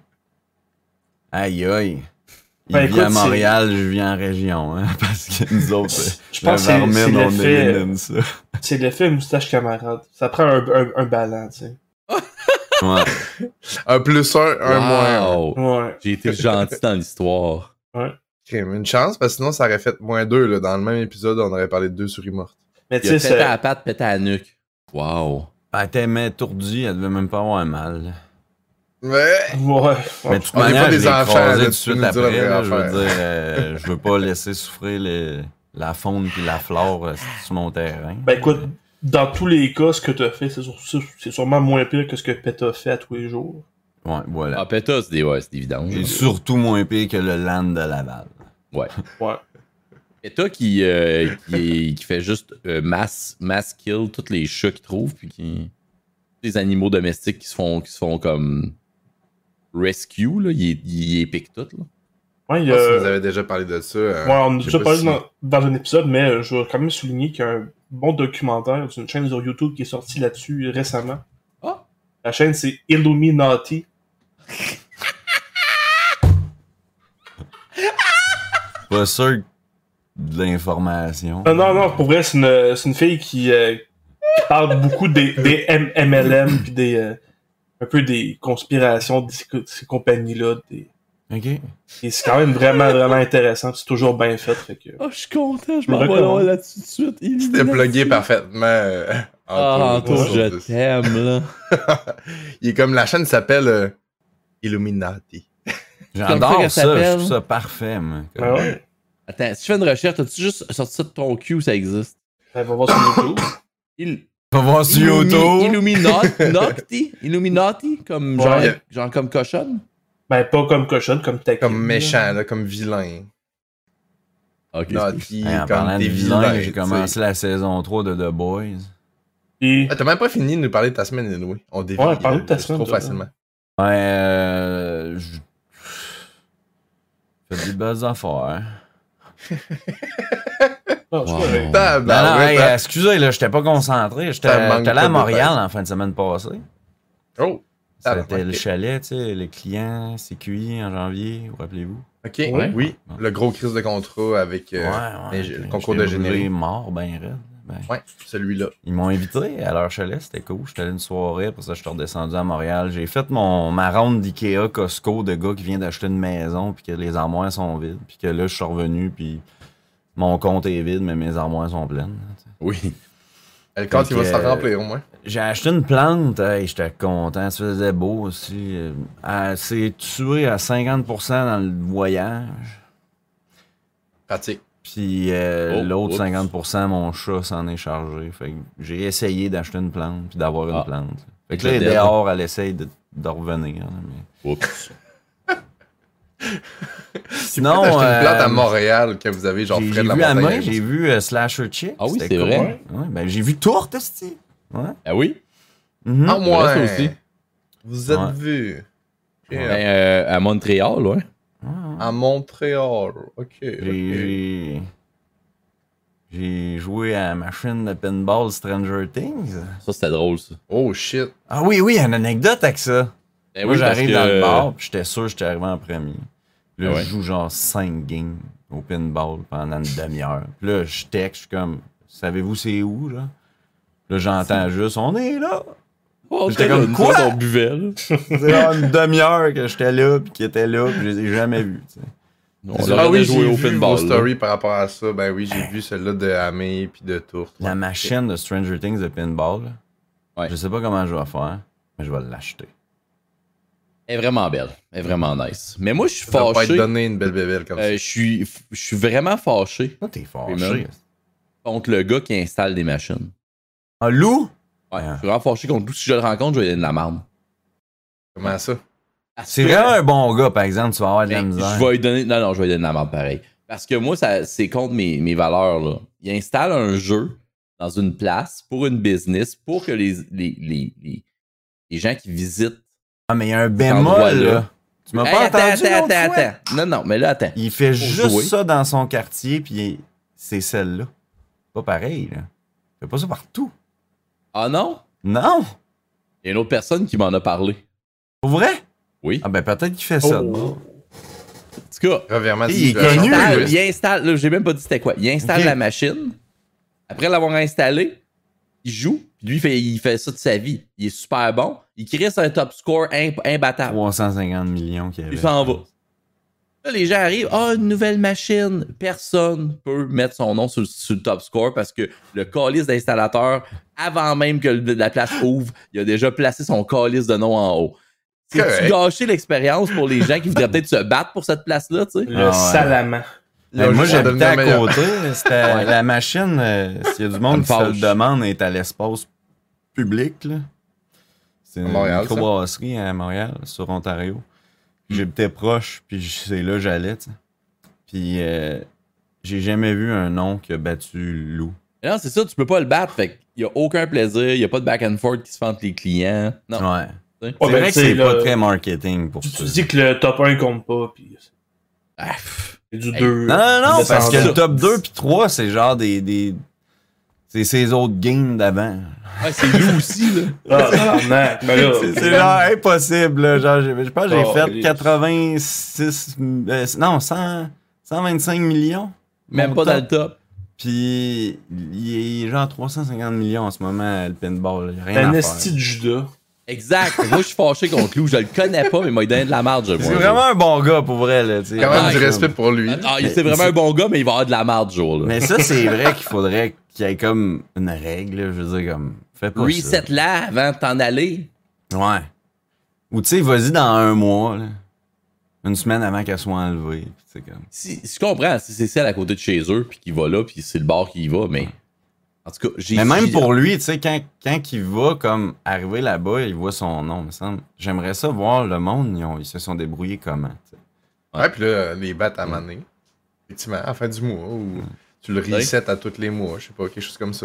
Aïe, aïe. Il vit à Montréal, je vis en région, hein, parce que nous autres, je pense que c'est l'effet moustache camarade. Ça prend un ballon, tu sais. Ouais. Un plus un moins. Ouais. J'ai été gentil dans l'histoire. Ouais. Une chance, parce que sinon, ça aurait fait -2, là. Dans le même épisode, on aurait parlé de 2 souris mortes. Mais tu sais, c'est... pété à la patte, pété à la nuque. Wow. Elle était étourdie, elle devait même pas avoir mal. Ouais. Mais de toute manière, je l'ai écrasé tout de suite après. Là, je veux dire, je veux pas laisser souffrir la faune puis la flore sur mon terrain. Ben écoute, dans tous les cas, ce que t'as fait, c'est sûrement moins pire que ce que PETA fait à tous les jours. Ouais, voilà. Ah, PETA, c'est évident. Et surtout moins pire que le land de Laval. Ouais. Ouais. PETA qui fait juste mass kill tous les chats qu'ils trouvent, puis les animaux domestiques qui se font comme rescue, là, il pique tout, là. Ouais, vous avez déjà parlé de ça. Ouais, on a déjà parlé dans un épisode, mais je veux quand même souligner qu'il y a un bon documentaire d'une chaîne sur YouTube qui est sortie là-dessus récemment. Ah! La chaîne, c'est Illuminati. Pas sûr de l'information. Non, pour vrai, c'est une fille qui parle beaucoup des MLM puis un peu des conspirations de ces compagnies-là. OK. Et c'est quand même vraiment intéressant. C'est toujours bien fait. Que... Oh, je suis content, je m'en vais là-dessus tout de suite. C'était plugué parfaitement. Antoine, je t'aime, là. Il est comme la chaîne s'appelle Illuminati. J'adore ça, je trouve ça parfait, moi. Ah ouais. Attends, si tu fais une recherche, as-tu juste sorti ça de ton cul ou ça existe? Ben, va voir sur YouTube. Va voir sur YouTube. Illuminati, comme genre comme cochonne? Ben, pas comme cochonne, comme tech. Comme méchant, là, comme vilain. Ok. Naughty, en comme parlant des de vilain, j'ai t'sais. commencé la saison 3 de The Boys. Et... T'as même pas fini de nous parler de ta semaine, Louis. On dévie parle de ta semaine, trop facilement. Ouais, je fais des belles affaires. Excusez, là, j'étais pas concentré. J'étais allé à Montréal en fin de semaine passée. Oh! C'était le chalet, tu sais, le client CQI en janvier, vous rappelez-vous? Ok, oui. Le gros crise de contrat avec le concours de générique. Mort, ben raide. Ouais, celui-là. Ils m'ont invité à leur chalet, c'était cool. J'étais allé une soirée, pour ça je suis redescendu à Montréal. J'ai fait ma ronde d'Ikea Costco de gars qui vient d'acheter une maison puis que les armoires sont vides. Puis que là, je suis revenu puis mon compte est vide, mais mes armoires sont pleines. Oui. Le compte, il va se remplir au moins. J'ai acheté une plante, j'étais content, ça faisait beau aussi. Elle s'est tuée à 50% dans le voyage. Pratique. Puis l'autre 50%, mon chat s'en est chargé. Fait que j'ai essayé d'acheter une plante puis d'avoir une plante. Fait que là, elle est dehors, elle essaye de revenir. Mais... Oups. Sinon, acheté une plante à Montréal que vous avez genre près de la montagne. J'ai vu Slasher Chick. Ah oui, c'est vrai. Ouais, ben, j'ai vu Tourte, c'ti. Ouais. Ah oui? Ah moi aussi. Vous êtes vus. Ben, à Montréal, ouais. À Montréal, ok. J'ai joué à la machine de pinball Stranger Things. Ça, c'était drôle, ça. Oh shit. Ah oui, une anecdote avec ça. Ben moi, oui, j'arrive dans le bar, puis j'étais sûr que j'étais arrivé en premier. Puis là, Ouais. je joue genre 5 games au pinball pendant une demi-heure. Puis là, je texte, je suis comme, savez-vous c'est où, là? Là, j'entends juste, on est là! Oh, j'étais comme, quoi? On buvait, là. C'est genre une demi-heure que j'étais là, puis qu'il était là, puis je les ai jamais vus, tu sais. Oui, j'ai vu vos stories par rapport à ça. Ben oui, j'ai vu celle-là de Amé puis de Tourte. La machine de Stranger Things de pinball, là. Ouais. Je sais pas comment je vais faire, mais je vais l'acheter. Elle est vraiment belle. Elle est vraiment nice. Mais moi, je suis fâché. Ça va pas être donné une belle bébelle comme ça. Je suis vraiment fâché. Toi, t'es fâché. Contre le gars qui installe des machines. Un loup? Ouais, je suis vraiment fâché contre Lou. Si je le rencontre, je vais lui donner de la merde. Comment ça? C'est vraiment un bon gars, par exemple, tu vas avoir de la misère. Je vais lui donner... Non, je vais lui donner de la merde pareil. Parce que moi, c'est contre mes valeurs, là. Il installe un jeu dans une place pour une business pour que les gens qui visitent. Ah, mais il y a un bémol, là. Tu m'as pas entendu? Attends. Non, mais là, attends. Il fait juste ça dans son quartier, puis c'est celle-là. Pas pareil, là. Il fait pas ça partout. Ah non? Non! Il y a une autre personne qui m'en a parlé. Pour vrai? Oui. Ah ben peut-être qu'il fait ça. En tout cas, il est connu. Il installe, là, j'ai même pas dit c'était quoi. Il installe la machine. Après l'avoir installée, il joue. Puis lui, il fait ça de sa vie. Il est super bon. Il crée un top score imbattable. 350 millions qu'il y avait. Il s'en va. Là, les gens arrivent. Ah, une nouvelle machine. Personne peut mettre son nom sur le top score parce que le calice d'installateur, avant même que la place ouvre, il a déjà placé son calice de nom en haut. C'est-tu gâché l'expérience pour les gens qui voudraient peut-être se battre pour cette place-là, tu sais? Le Salaman. Moi, j'habitais à côté. C'était la machine, s'il y a du monde qui se le demande, est à l'espace public, là. C'est une microbrasserie à Montréal, sur Ontario. J'habitais proche, puis c'est là que j'allais, tu sais. Puis j'ai jamais vu un nom qui a battu Lou. Non, c'est ça, tu peux pas le battre, fait qu'il y a aucun plaisir, il y a pas de back and forth qui se fait entre les clients. Non. Ouais. C'est vrai que c'est pas très marketing pour ça. Tu dis que le top 1 compte pas, puis c'est du 2. Non, parce que le top 2 puis 3, c'est genre c'est ces autres games d'avant. Ouais, c'est Lou aussi, là. C'est genre impossible, là. Genre, je pense que j'ai fait 86... non, 125 millions. Même pas dans le top. Puis il est genre 350 millions en ce moment, le pinball. Rien à faire. Un esti de Judas. Exact. Moi, je suis fâché contre Lou. Je le connais pas, mais il m'a donné de la marge. C'est vraiment un bon gars, pour vrai. Là, quand même du respect pour lui. C'est vraiment un bon gars, mais il va avoir de la marge, jour. Là. Mais ça, c'est vrai qu'il faudrait qu'il y ait comme une règle. Là, je veux dire, comme... Fais pas reset-la avant de t'en aller. Ouais. Ou tu sais, vas-y dans un mois. Là. Une semaine avant qu'elle soit enlevée. Comme... Si je comprends, si c'est celle à côté de chez eux, puis qu'il va là, puis c'est le bar qui y va, mais... En tout cas, mais même pour lui, tu sais, quand il va comme arriver là-bas, il voit son nom, me semble. J'aimerais ça voir le monde, ils se sont débrouillés comment. T'sais. Ouais, puis là, les battes à maner. Effectivement, à la fin du mois, ou tu le reset à tous les mois, je sais pas, quelque chose comme ça.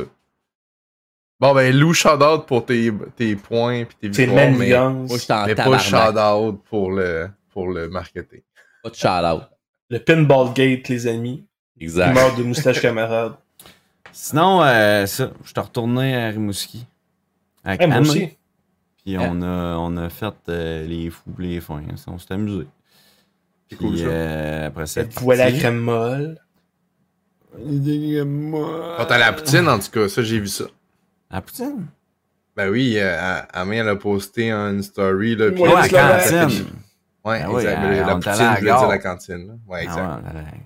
Bon, ben, Lou, shout-out pour tes points puis tes victoires, mais pas shout-out pour le marketing. Pas de shout-out. Le pinball gate, les amis. Exact. Mort de moustache camarade. Sinon, ça, je suis retourné à Rimouski. Avec moi aussi. Puis on a fait les fous et les fins. On s'est amusé. C'est cool, ça. Après ça, voilà la crème molle. Quand t'as la poutine, en tout cas, ça, j'ai vu ça. La poutine? Ben oui, Amé, elle a posté une story. Là, puis la cantine. Ouais, exact. La poutine, je voulais dire la cantine. Là. Ouais, exact.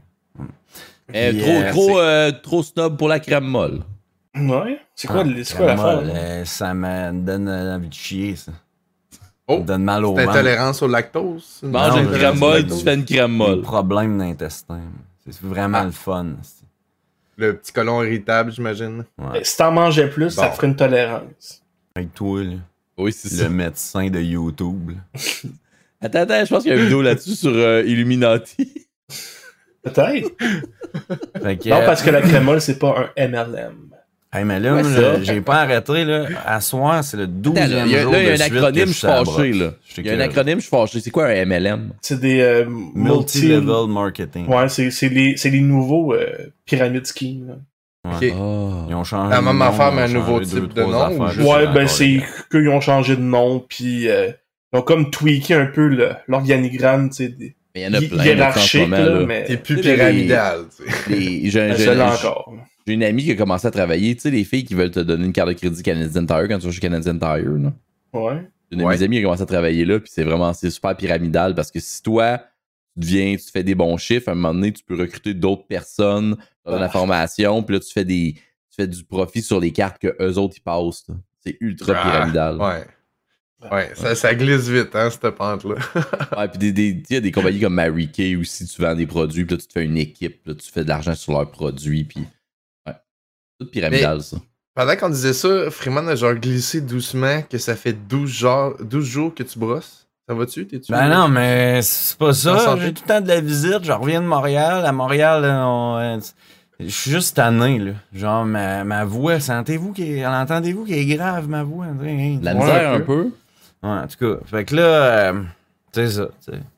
Trop snob pour la crème molle. Ouais. C'est quoi l'affaire? Ça me donne envie de chier, ça. Oh! Ça me donne mal au ventre. ventre. Intolérance au lactose? Mange une crème molle, tu fais une crème molle. Problème d'intestin. C'est vraiment le fun. Le petit côlon irritable, j'imagine. Ouais. Si t'en mangeais plus, ça te ferait une tolérance. Avec toi, là. Oui, c'est ça. Le médecin de YouTube. Attends, je pense qu'il y a une vidéo là-dessus sur Illuminati. Peut-être. Non, parce que la crème molle, c'est pas un MLM. Hey, mais là, j'ai pas arrêté, là. À soir, c'est le 12e jour là, il y a un acronyme, je suis fâché, là. Il y a un acronyme, je suis fâché. C'est quoi un MLM? C'est des... multi-level marketing. Ouais, c'est les nouveaux pyramid schemes, là. Ouais. Oh. Ils ont changé la même affaire, mais un nouveau type de nom. Ouais, ben c'est qu'ils ont changé de nom, puis ils ont comme tweaké un peu l'organigramme, tu sais, mais il y en a plein hiérarchique, là, mais... C'est plus pyramidal, tu sais. Encore. J'ai une amie qui a commencé à travailler, tu sais, les filles qui veulent te donner une carte de crédit Canadian Tire quand tu vas chez Canadian Tire, là. Ouais. Une de mes amies qui a commencé à travailler là, puis c'est super pyramidal, parce que si toi, tu fais des bons chiffres, à un moment donné, tu peux recruter d'autres personnes dans la formation, puis là, tu fais du profit sur les cartes que eux autres, ils passent. Là. C'est ultra pyramidal. Ouais, ça glisse vite, hein, cette pente-là. Ouais, puis il y a des compagnies comme Mary Kay aussi, tu vends des produits, puis là, tu te fais une équipe, là, tu fais de l'argent sur leurs produits, puis ouais. C'est tout pyramidal, ça. Pendant qu'on disait ça, Freeman a genre glissé doucement que ça fait 12 jours que tu brosses. Ça va-tu? T'es-tu? Ben non, mais c'est pas ça. J'ai tout le temps de la visite. Je reviens de Montréal. À Montréal, je suis juste tanné, là. Genre, ma voix, entendez-vous qu'elle est grave, ma voix? La misère un peu. Ouais, en tout cas. Fait que là, c'est ça, tu sais.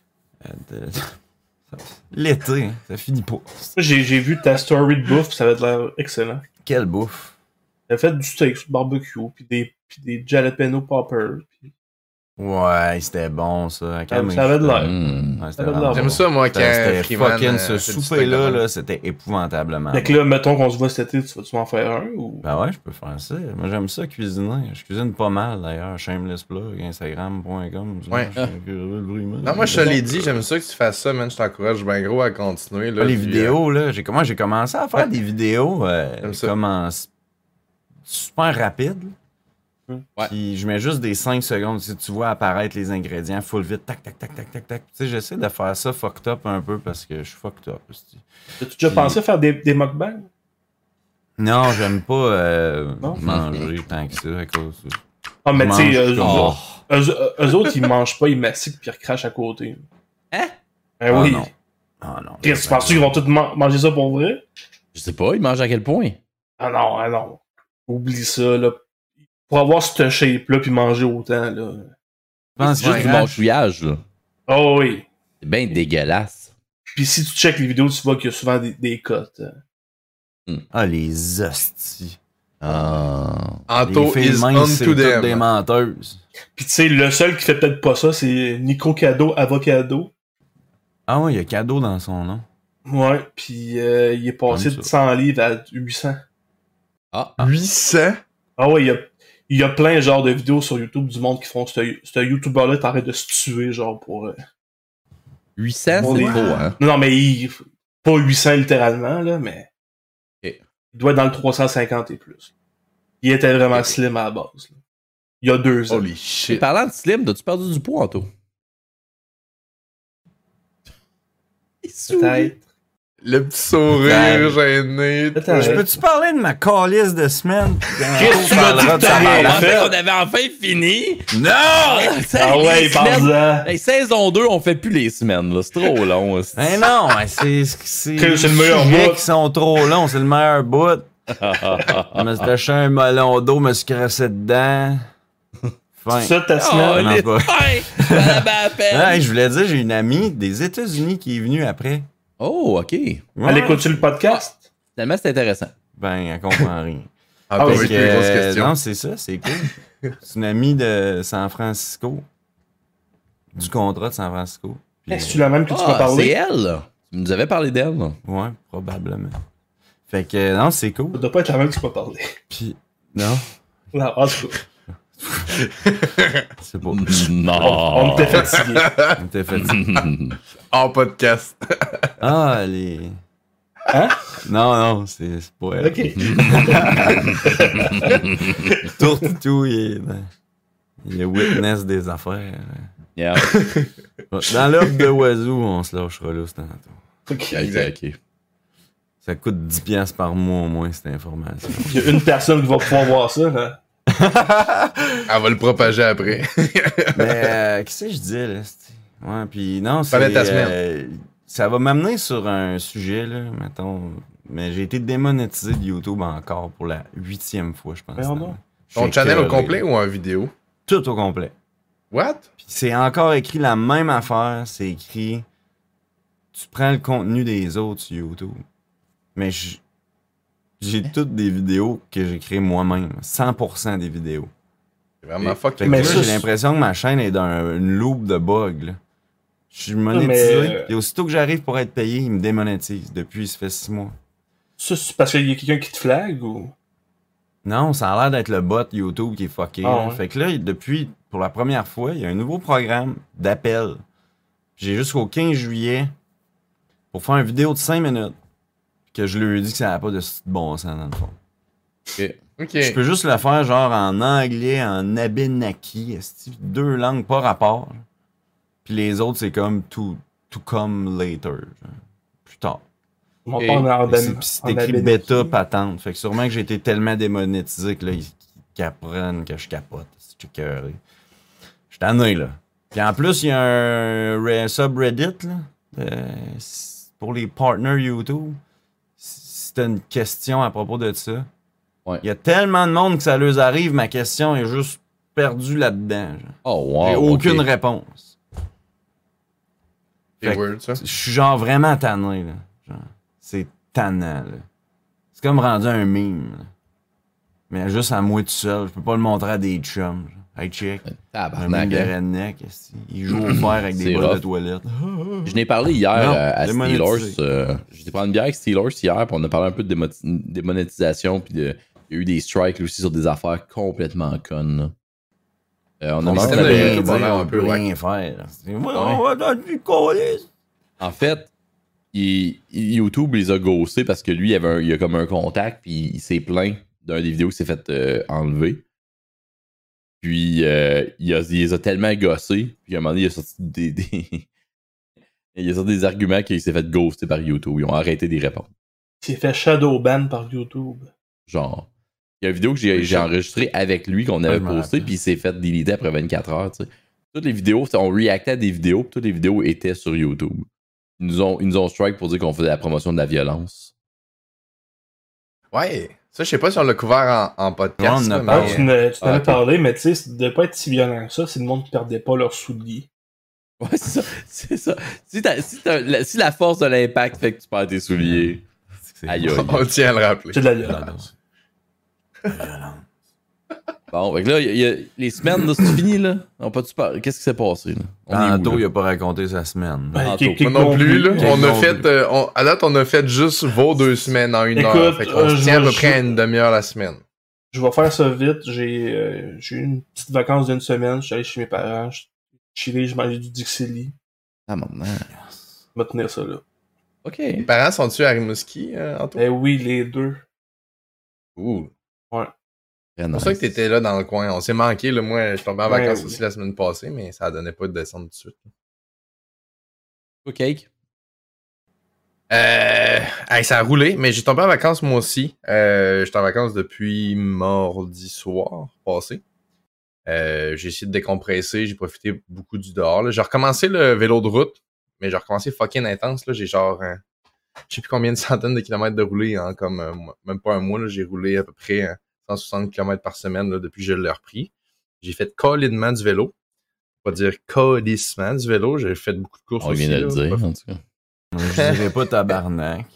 L'été, ça finit pas. J'ai vu ta story de bouffe, ça avait l'air excellent. Quelle bouffe? T'as fait du steak sur le barbecue, puis des jalapeno poppers. Puis... Ouais, c'était bon, ça. Ça avait de l'air. Ouais, j'aime ça, moi, quand fucking ce souper-là, c'était épouvantablement. Fait que là, mettons qu'on se voit cet été, tu vas-tu m'en faire un? Ou... Ben ouais, je peux faire ça. Moi, j'aime ça cuisiner. Je cuisine pas mal, d'ailleurs. Shameless plug, Instagram.com. Ouais. Non, moi, je te l'ai dit, j'aime ça que tu fasses ça, man. Je t'encourage bien gros à continuer. Là, les vidéos, là. J'ai commencé à faire des vidéos super rapides. Ouais. Puis je mets juste des 5 secondes. Si tu vois apparaître les ingrédients full vite, tac, tac, tac, tac, tac, tac. Tu sais, j'essaie de faire ça fucked up un peu parce que je suis fucked up. As-tu déjà pensé à faire des mukbangs? Non, j'aime pas manger tant que ça à cause. Ah, mais tu sais, eux autres, ils mangent pas, ils mastiquent puis ils recrachent à côté. Hein? Ben oui. Non. Ah non. Tu penses qu'ils vont tous manger ça pour vrai? Je sais pas, ils mangent à quel point? Ah non. Oublie ça, là. Pour avoir ce shape-là puis manger autant, là. C'est juste du mâchouillage, là. Oh oui. C'est bien dégueulasse. Puis si tu checkes les vidéos, tu vois qu'il y a souvent des cotes. Ah, les hosties. Anto is on to them. Des menteuses. Puis tu sais, le seul qui fait peut-être pas ça, c'est Nico Cadeau Avocado. Ah ouais, il y a Cadeau dans son nom. Ouais, puis il est passé de 100 livres à 800. Ah, 800? Ah ouais, il y a plein genre de vidéos sur YouTube du monde qui font ce YouTuber-là t'arrête de se tuer genre pour... 800, c'est beau, hein? Non, mais pas 800 littéralement, là, mais... Okay. Il doit être dans le 350 et plus. Il était vraiment slim à la base. Là. Il y a 2 ans. Holy shit. Parlant de slim, as-tu perdu du poids, Anto? Peut-être. Le petit sourire gêné. Je peux-tu parler de ma calice de semaine? Qu'est-ce que tu m'as dit que t'avais fait? On avait enfin fini! Non! Ah ouais, parle-en! Hey, saison 2, on fait plus les semaines, là. C'est trop long. Mais non, c'est le meilleur bout. Qui sont trop longs, c'est le meilleur bout. Je me suis taché un melon d'eau, me suis crassé dedans. C'est ça ta semaine? Je voulais dire, j'ai une amie des États-Unis qui est venue après. Oh, ok. Ouais. Elle écoute-tu le podcast? Finalement, c'est intéressant. Ben, elle comprend rien. Non, c'est ça, c'est cool. C'est une amie de San Francisco. Du contrat de San Francisco. Est-ce que tu l'as même que tu m'as parlé? C'est elle! Tu nous avais parlé d'elle, là. Ouais, probablement. Fait que, non, c'est cool. Ça doit pas être la même que tu m'as parlé. Puis, non. Non, en tout cas. C'est pas. Non. On était fatigué. On était fatigué. En podcast. Ah, les. Hein? Non, c'est pas elle. Ok. Tout, il est witness des affaires. Yeah. Dans l'ordre de Wazoo, on se lâchera là, c'est tantôt. Ok. Ok. Ça coûte 10$ par mois au moins, cette information. Il y a une personne qui va pouvoir voir ça, là. Elle va le propager après. Mais, qu'est-ce que je disais, là? Ouais, puis non, c'est... ça va m'amener sur un sujet, là, mettons... Mais j'ai été démonétisé de YouTube encore pour la 8e fois, je pense. Ton channel au complet ou en vidéo? Tout au complet. What? Puis c'est encore écrit la même affaire. C'est écrit... Tu prends le contenu des autres sur YouTube. Mais j'ai toutes des vidéos que j'ai créées moi-même. 100% des vidéos. C'est vraiment fuck. Mais j'ai l'impression que ma chaîne est dans une loupe de bugs, là. Je suis monétisé. Et aussitôt que j'arrive pour être payé, il me démonétise. Depuis, ça fait 6 mois. Ça, c'est parce qu'il y a quelqu'un qui te flag ou? Non, ça a l'air d'être le bot YouTube qui est fucké. Ah, ouais. Fait que là, depuis, pour la première fois, il y a un nouveau programme d'appel J'ai jusqu'au 15 juillet pour faire une vidéo de 5 minutes. Que je lui ai dit que ça n'avait pas de bon sens dans le fond. Ok. Je peux juste le faire genre en anglais, en Abenaki, 2 langues pas rapport. Puis les autres, c'est comme to come later. Plus tard. C'est écrit bêta patente. Fait que sûrement que j'ai été tellement démonétisé que là, ils apprennent que je capote. C'est cœuré. Je suis tanné, là. Puis en plus, il y a un subreddit là, pour les partners YouTube. Si t'as une question à propos de ça. Ouais. Il y a tellement de monde que ça leur arrive, ma question est juste perdue là-dedans. Genre. Oh, wow. J'ai aucune réponse. Je suis genre vraiment tanné, là. Genre, c'est tannant, là. C'est comme rendu un meme, là. Mais juste à moi tout seul. Je peux pas le montrer à des chums. Genre. Hey, check. Un meme de redneck. Il joue au fer avec des bols de toilette. Je n'ai parlé hier à Steelers. J'étais prendre une bière avec Steelers hier, puis on a parlé un peu de démonétisation, puis il y a eu des strikes aussi sur des affaires complètement connes. On a mentionné on peut rien faire. En fait, YouTube les a ghostés parce que lui, il a comme un contact, puis il s'est plaint d'un des vidéos qui s'est fait enlever. Puis il les a tellement gossés, puis à un moment donné, il a sorti il a sorti des arguments qu'il s'est fait ghoster par YouTube. Ils ont arrêté d'y répondre. Il s'est fait shadowban par YouTube. Genre. Il y a une vidéo que j'ai enregistrée avec lui qu'on avait postée, puis il s'est fait déliter après 24 heures. T'sais. Toutes les vidéos, on reactait à des vidéos, puis toutes les vidéos étaient sur YouTube. Ils nous ont strike pour dire qu'on faisait la promotion de la violence. Ouais. Ça, je sais pas si on l'a couvert en podcast. Tu en as parlé, mais tu sais, ça devait pas être si violent que ça si le monde ne perdait pas leurs souliers. Ouais, c'est ça. Si la force de l'impact fait que tu perds tes souliers, aïe aïe. On tient à le rappeler. C'est de la violence. Bon, fait que là, les semaines, là, c'est fini, là. On peut-tu parler? Qu'est-ce qui s'est passé, là? Anto, il a pas raconté sa semaine. Moi non plus, là. À date, on a fait juste vos 2 semaines en 1 heure. Fait qu'on se tient à peu près à une demi-heure la semaine. Je vais faire ça vite. J'ai eu une petite vacance d'une semaine. Je suis allé chez mes parents. Je chillé, je mangeais du Dixili. Ah, maman. Je vais tenir ça, là. OK. Les parents sont-tu à Rimouski, Anto? Oui, les deux. Ouh. Ouais. C'est pour ça que t'étais là dans le coin. On s'est manqué, là. Moi, je suis tombé en vacances aussi la semaine passée, mais ça donnait pas de descendre tout de suite. OK. Ça a roulé, mais j'ai tombé en vacances moi aussi. J'étais en vacances depuis mardi soir passé. J'ai essayé de décompresser, j'ai profité beaucoup du dehors. Là. J'ai recommencé le vélo de route, mais j'ai recommencé fucking intense. Là. J'ai genre, je sais plus combien de centaines de kilomètres de roulé, hein, comme même pas un mois. Là, j'ai roulé à peu près 160 km par semaine là, depuis que je l'ai repris. J'ai fait collinement du vélo. Pas dire colissement du vélo. J'ai fait beaucoup de courses aussi. On vient de le dire, en tout cas. Je dirais pas tabarnak.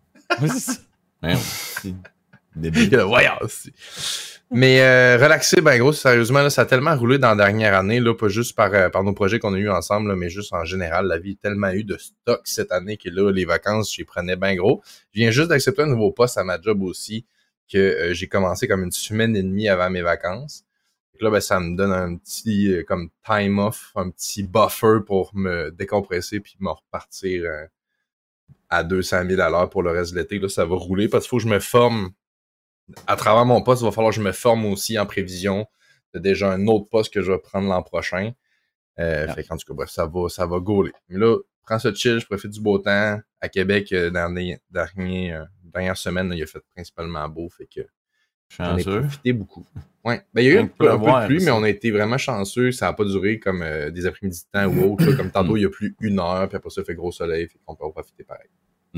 Débile. Voyons. Mais relaxer, ben gros, sérieusement, là, ça a tellement roulé dans la dernière année, là, pas juste par nos projets qu'on a eu ensemble, là, mais juste en général, la vie a tellement eu de stock cette année que là, les vacances, j'y prenais bien gros. Je viens juste d'accepter un nouveau poste à ma job aussi, que j'ai commencé comme une semaine et demie avant mes vacances. Et là, ben, ça me donne un petit comme time off, un petit buffer pour me décompresser puis me repartir à 200 000 à l'heure pour le reste de l'été. Là, ça va rouler parce qu'il faut que je me forme. À travers mon poste, il va falloir que je me forme aussi en prévision de déjà un autre poste que je vais prendre l'an prochain. Fait qu'en tout cas, bref, ça va gauler. Mais là, prends ce chill, je profite du beau temps. À Québec, dans les dernières semaines, là, il a fait principalement beau. Fait que j'en ai profité beaucoup. Ouais. Ben, il y a eu un peu de pluie, mais on a été vraiment chanceux. Ça n'a pas duré comme des après-midi de temps ou autre. Là. Comme tantôt, il y a plus 1 heure, puis après ça, il fait gros soleil. Fait qu'on peut en profiter pareil.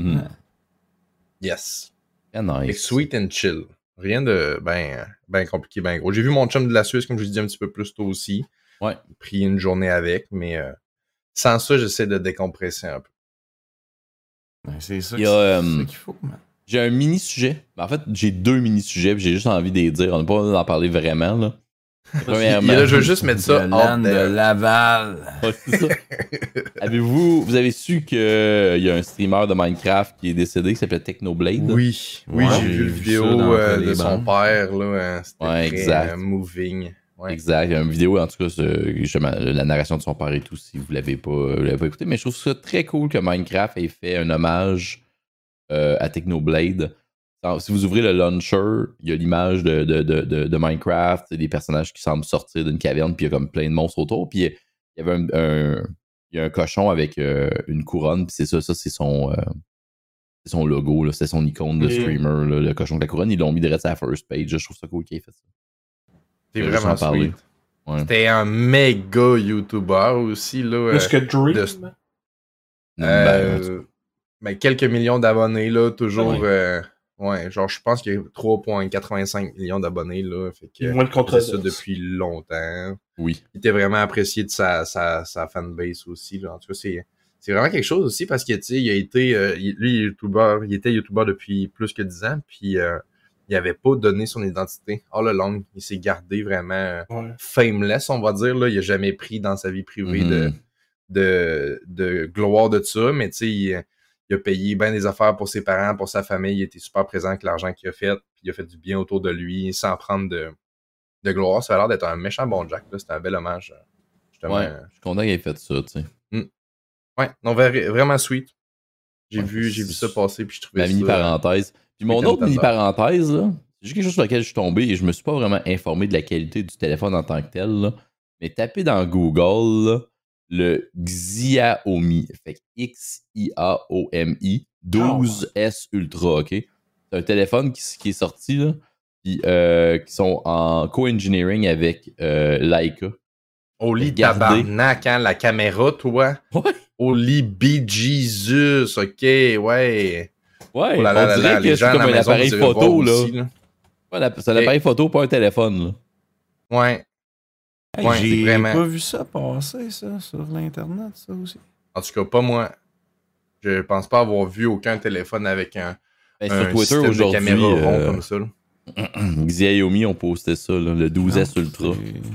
Yes. Nice. Sweet and chill. Rien de ben compliqué, ben gros. J'ai vu mon chum de la Suisse, comme je l'ai dit un petit peu plus tôt aussi. Ouais. Pris une journée avec, mais sans ça, j'essaie de décompresser un peu. C'est ça qu'il faut, man. J'ai un mini-sujet. En fait, j'ai 2 mini-sujets, puis j'ai juste envie de les dire. On n'a pas envie d'en parler vraiment, là. Premièrement, là, je veux juste mettre ça en de Laval. Vous avez su qu'il y a un streamer de Minecraft qui est décédé, qui s'appelle Technoblade? Oui, j'ai vu la vidéo de son père, là. C'était très moving. Ouais. Exact. Il y a une vidéo, en tout cas, justement, la narration de son père et tout, si vous l'avez pas écouté. Mais je trouve ça très cool que Minecraft ait fait un hommage à Technoblade. Alors, si vous ouvrez le launcher, il y a l'image de Minecraft, des personnages qui semblent sortir d'une caverne, puis il y a comme plein de monstres autour. Puis il y avait il y a un cochon avec une couronne, puis c'est ça c'est son logo, là, c'est son icône de streamer, là, le cochon de la couronne. Ils l'ont mis direct à la first page. Je trouve ça cool qu'il ait fait ça. C'est vraiment sweet. Ouais. C'était un méga YouTuber aussi. Là, plus que Dream. Quelques millions d'abonnés, là, toujours. Ouais, genre, je pense qu'il y a 3,85 millions d'abonnés, là. Fait que moins de contre ça depuis longtemps. Oui. Il était vraiment apprécié de sa fanbase aussi, là. En tout cas, c'est vraiment quelque chose aussi parce que, tu sais, il a été, il était YouTuber depuis plus que 10 ans, puis il avait pas donné son identité all along. Il s'est gardé vraiment fameless, on va dire, là. Il a jamais pris dans sa vie privée de gloire de ça, mais tu sais, il a payé bien des affaires pour ses parents, pour sa famille. Il était super présent avec l'argent qu'il a fait. Puis il a fait du bien autour de lui sans prendre de gloire. Ça a l'air d'être un méchant bon Jack. C'était un bel hommage. Justement. Ouais, je suis content qu'il ait fait ça, tu sais. Ouais, non, vraiment sweet. J'ai vu ça passer puis je trouvais ma mini-parenthèse. Puis mon autre mini-parenthèse, là, c'est juste quelque chose sur lequel je suis tombé et je me suis pas vraiment informé de la qualité du téléphone en tant que tel, là. Mais tapez dans Google, là, le Xiaomi, fait Xiaomi 12S Ultra, ok? C'est un téléphone qui est sorti, là, puis qui sont en co-engineering avec Leica. Holy tabarnak, hein, la caméra, toi? Ouais. Holy bejesus, ok, ouais. Ouais, on dirait que c'est comme un appareil photo, là. Aussi, là. Ouais, c'est un appareil photo, pas un téléphone, là. Ouais. Hey, j'ai vraiment pas vu ça passer, ça, sur l'Internet, ça aussi. En tout cas, pas moi. Je pense pas avoir vu aucun téléphone avec un sur Twitter aujourd'hui, caméra rond comme ça. Xiaomi ont posté ça, là, le 12S Ultra.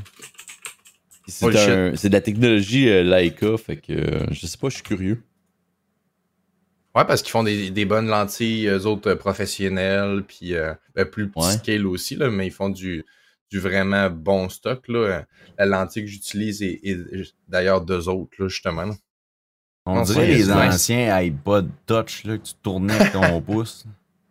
C'est de la technologie Leica, fait que je sais pas, je suis curieux. Ouais, parce qu'ils font des bonnes lentilles, eux autres professionnels, puis plus petit scale aussi, là, mais ils font du vraiment bon stock, là. La lentille que j'utilise est d'ailleurs d'eux autres, là, justement. Là. On dirait les anciens iPod Touch, là, que tu tournais avec ton pouce.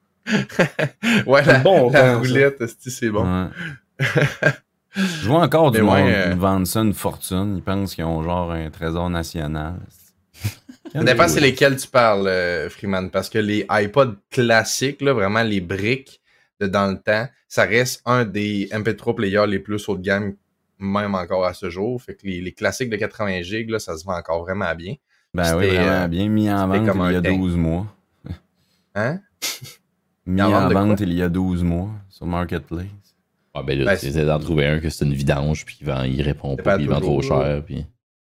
Ouais, la roulette, c'est bon. Ouais. Je vois encore du monde qui vendent ça une fortune. Ils pensent qu'ils ont genre un trésor national. Ça dépend c'est lesquels tu parles, Freeman, parce que les iPods classiques, là, vraiment les briques de dans le temps, ça reste un des MP3 players les plus haut de gamme, même encore à ce jour. Fait que les classiques de 80 GB, là, ça se vend encore vraiment bien. Ben oui, vraiment bien mis en vente il y a 12 mois. Hein? Mis en vente il y a 12 mois sur Marketplace. Ah ben là, tu essaies d'en trouver un que c'est une vidange, puis il répond pas, puis il vend trop cher, puis...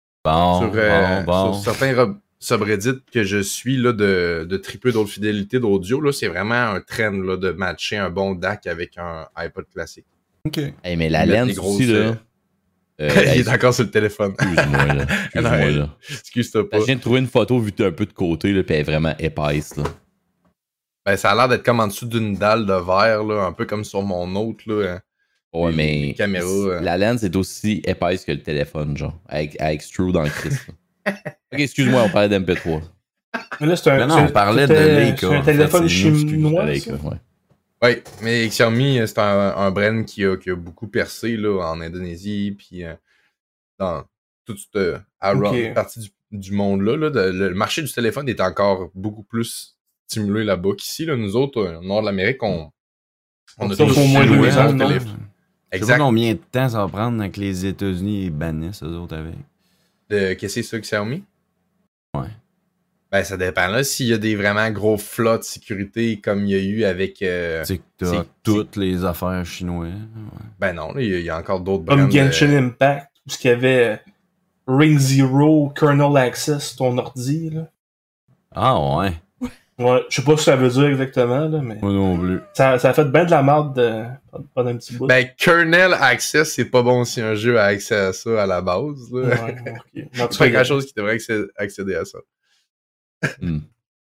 Sur certains subreddits que je suis là, de tripeux d'autres fidélités d'audio, là, c'est vraiment un trend là, de matcher un bon DAC avec un iPod classique. OK. Hey, mais la lens aussi, là... il est encore sur le téléphone. Excuse-moi, là. Excuse-toi pas. Je viens de trouver une photo vue un peu de côté, là, puis elle est vraiment épaisse, là. Ben, ça a l'air d'être comme en dessous d'une dalle de verre, là, un peu comme sur mon autre, là. Ouais, mais caméras, la lens est aussi épaisse que le téléphone, genre, avec True dans le Christ. Ok, excuse-moi, on parlait d'MP3. Mais là, on parlait de Leica. C'est un téléphone chinois. Ouais, mais Xiaomi, c'est un brand qui a beaucoup percé là, en Indonésie, puis dans toute cette partie du monde-là. Le marché du téléphone est encore beaucoup plus stimulé là-bas qu'ici. Là. Nous autres, au nord de l'Amérique, on a tous au moins joué sur le téléphone. Je sais pas combien de temps ça va prendre que les États-Unis bannissent eux autres avec. Qu'est-ce que c'est ça, Xiaomi? Ouais. Ben, ça dépend là. S'il y a des vraiment gros flots de sécurité comme il y a eu avec... TikTok, toutes les affaires chinoises. Ouais. Ben non, il y a encore d'autres brands. Comme Genshin Impact, où il y avait Ring Zero, Kernel Access, ton ordi. Là. Ah ouais. Ouais, je sais pas ce que ça veut dire exactement, là, mais... Moi non plus. Ça a fait bien de la merde pendant un petit bout. Ben, Kernel Access, c'est pas bon si un jeu a accès à ça à la base. Là. Ouais, okay. C'est pas quelque chose qui devrait accéder à ça.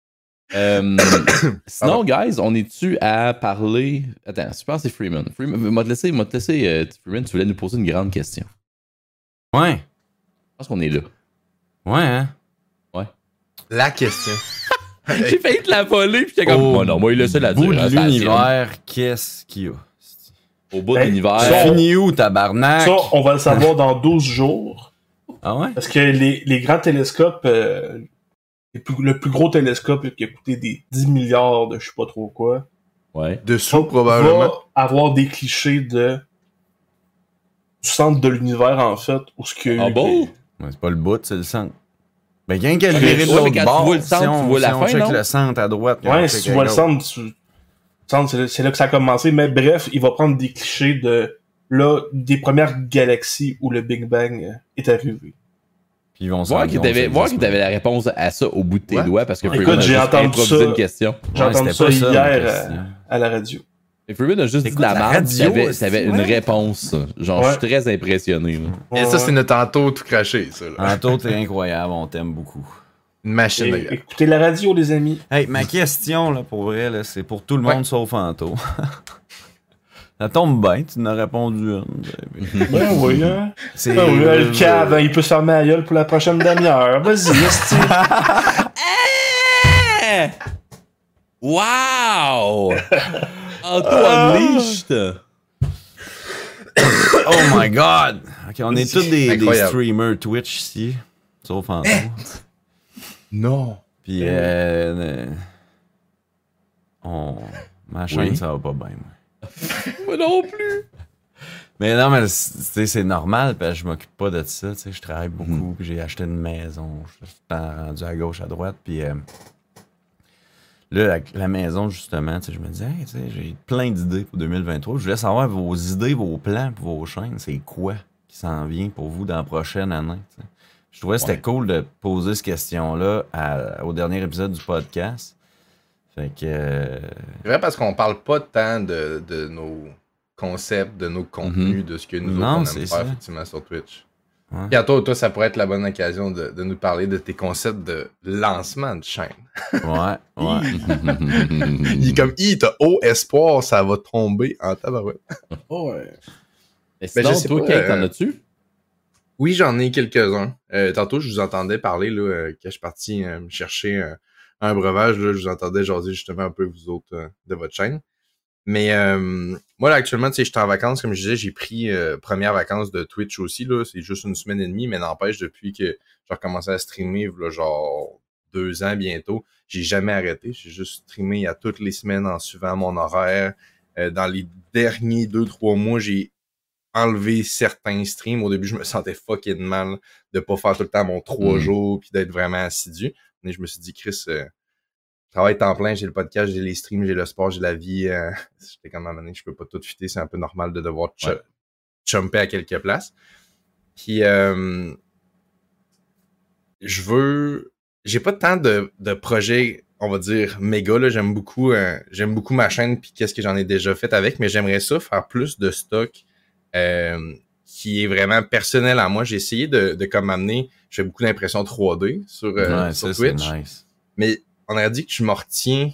Sinon, guys, on est-tu à parler... Attends, je pense que c'est Freeman. M'a te laissé, Freeman, tu voulais nous poser une grande question. Ouais. Je pense qu'on est là. Ouais, hein? Ouais. La question. J'ai failli te la voler, puis j'étais comme... Oh, non, moi, il a ça la dire. Au bout de l'univers, qu'est-ce qu'il y a? Au bout de l'univers... C'est fini où, tabarnak? Ça, on va le savoir dans 12 jours. Ah ouais? Parce que les grands télescopes... le plus gros télescope qui a coûté des 10 milliards de je sais pas trop quoi. Ouais. Dessous, probablement. Va avoir des clichés du centre de l'univers, en fait. Où ce qu'il y a eu bon? Ouais, c'est pas le bout, c'est le centre. Ben, rien qu'à le virer de l'autre bord, tu vois le centre, tu vois la fin, check non? le centre à droite. Ouais, si tu vois le centre, c'est là que ça a commencé. Mais bref, il va prendre des clichés des premières galaxies où le Big Bang est arrivé. Puis ils vont voir que t'avais la réponse à ça au bout de tes doigts, parce que Freeman a j'ai entendu ça, une question. J'ai entendu ça hier à la radio. Et Freeman a juste dit de la merde, t'avais une réponse. Genre, je suis très impressionné. Et ça, c'est notre tantôt tout craché, ça. Tantôt, t'es incroyable, on t'aime beaucoup. Une machine de guerre. Écoutez la radio, les amis. Hey, ma question, là, pour vrai, là, c'est pour tout le monde sauf Anto. Ça tombe bien, tu n'as répondu une. Ben oui, hein. Le cave, il peut se fermer la gueule pour la prochaine demi-heure. Vas-y, esti. Wow! Anto Unleashed! Oh my god! Ok, on est tous des streamers Twitch ici, sauf Anto. Non. Puis, ma chaîne, ça va pas bien, moi. Moi non plus. Mais non, mais c'est normal, parce que je m'occupe pas de ça. Je travaille beaucoup, puis j'ai acheté une maison. Je suis rendu à gauche, à droite. Puis là, la maison, justement, je me disais, hey, j'ai plein d'idées pour 2023. Je voulais savoir vos idées, vos plans pour vos chaînes. C'est quoi qui s'en vient pour vous dans la prochaine année? T'sais. Je trouvais que c'était cool de poser cette question-là au dernier épisode du podcast. Fait que. C'est vrai parce qu'on parle pas tant de nos concepts, de nos contenus, de ce que nous on aime faire effectivement sur Twitch. Ouais. Puis à toi, ça pourrait être la bonne occasion de nous parler de tes concepts de lancement de chaîne. Ouais. Il est comme, t'as haut espoir, ça va tomber en tabarouette. Ouais. Mais sinon, toi, Kate, t'en as-tu? Oui, j'en ai quelques-uns. Tantôt, je vous entendais parler là, quand je suis parti me chercher un breuvage. Là, je vous entendais jaser justement un peu vous autres de votre chaîne. Mais moi, là, actuellement, tu sais, j'étais en vacances, comme je disais, j'ai pris première vacances de Twitch aussi. Là, c'est juste une semaine et demie, mais n'empêche, depuis que j'ai recommencé à streamer, là, genre 2 ans bientôt, j'ai jamais arrêté. J'ai juste streamé à toutes les semaines en suivant mon horaire. Dans les derniers 2-3 mois, j'ai enlevé certains streams. Au début, je me sentais fucking mal de pas faire tout le temps mon 3 jours puis d'être vraiment assidu. Mais je me suis dit, Chris, je travaille temps plein, j'ai le podcast, j'ai les streams, j'ai le sport, j'ai la vie. J'étais comme à un moment donné, je peux pas tout fitter, c'est un peu normal de devoir chumper à quelques places. Puis j'ai pas tant de projets, on va dire, méga, là. J'aime beaucoup ma chaîne puis qu'est-ce que j'en ai déjà fait avec, mais j'aimerais ça faire plus de stock qui est vraiment personnel à moi. J'ai essayé de comme amener, je fais beaucoup d'impressions 3D sur Twitch. Nice. Mais on aurait dit que je me retiens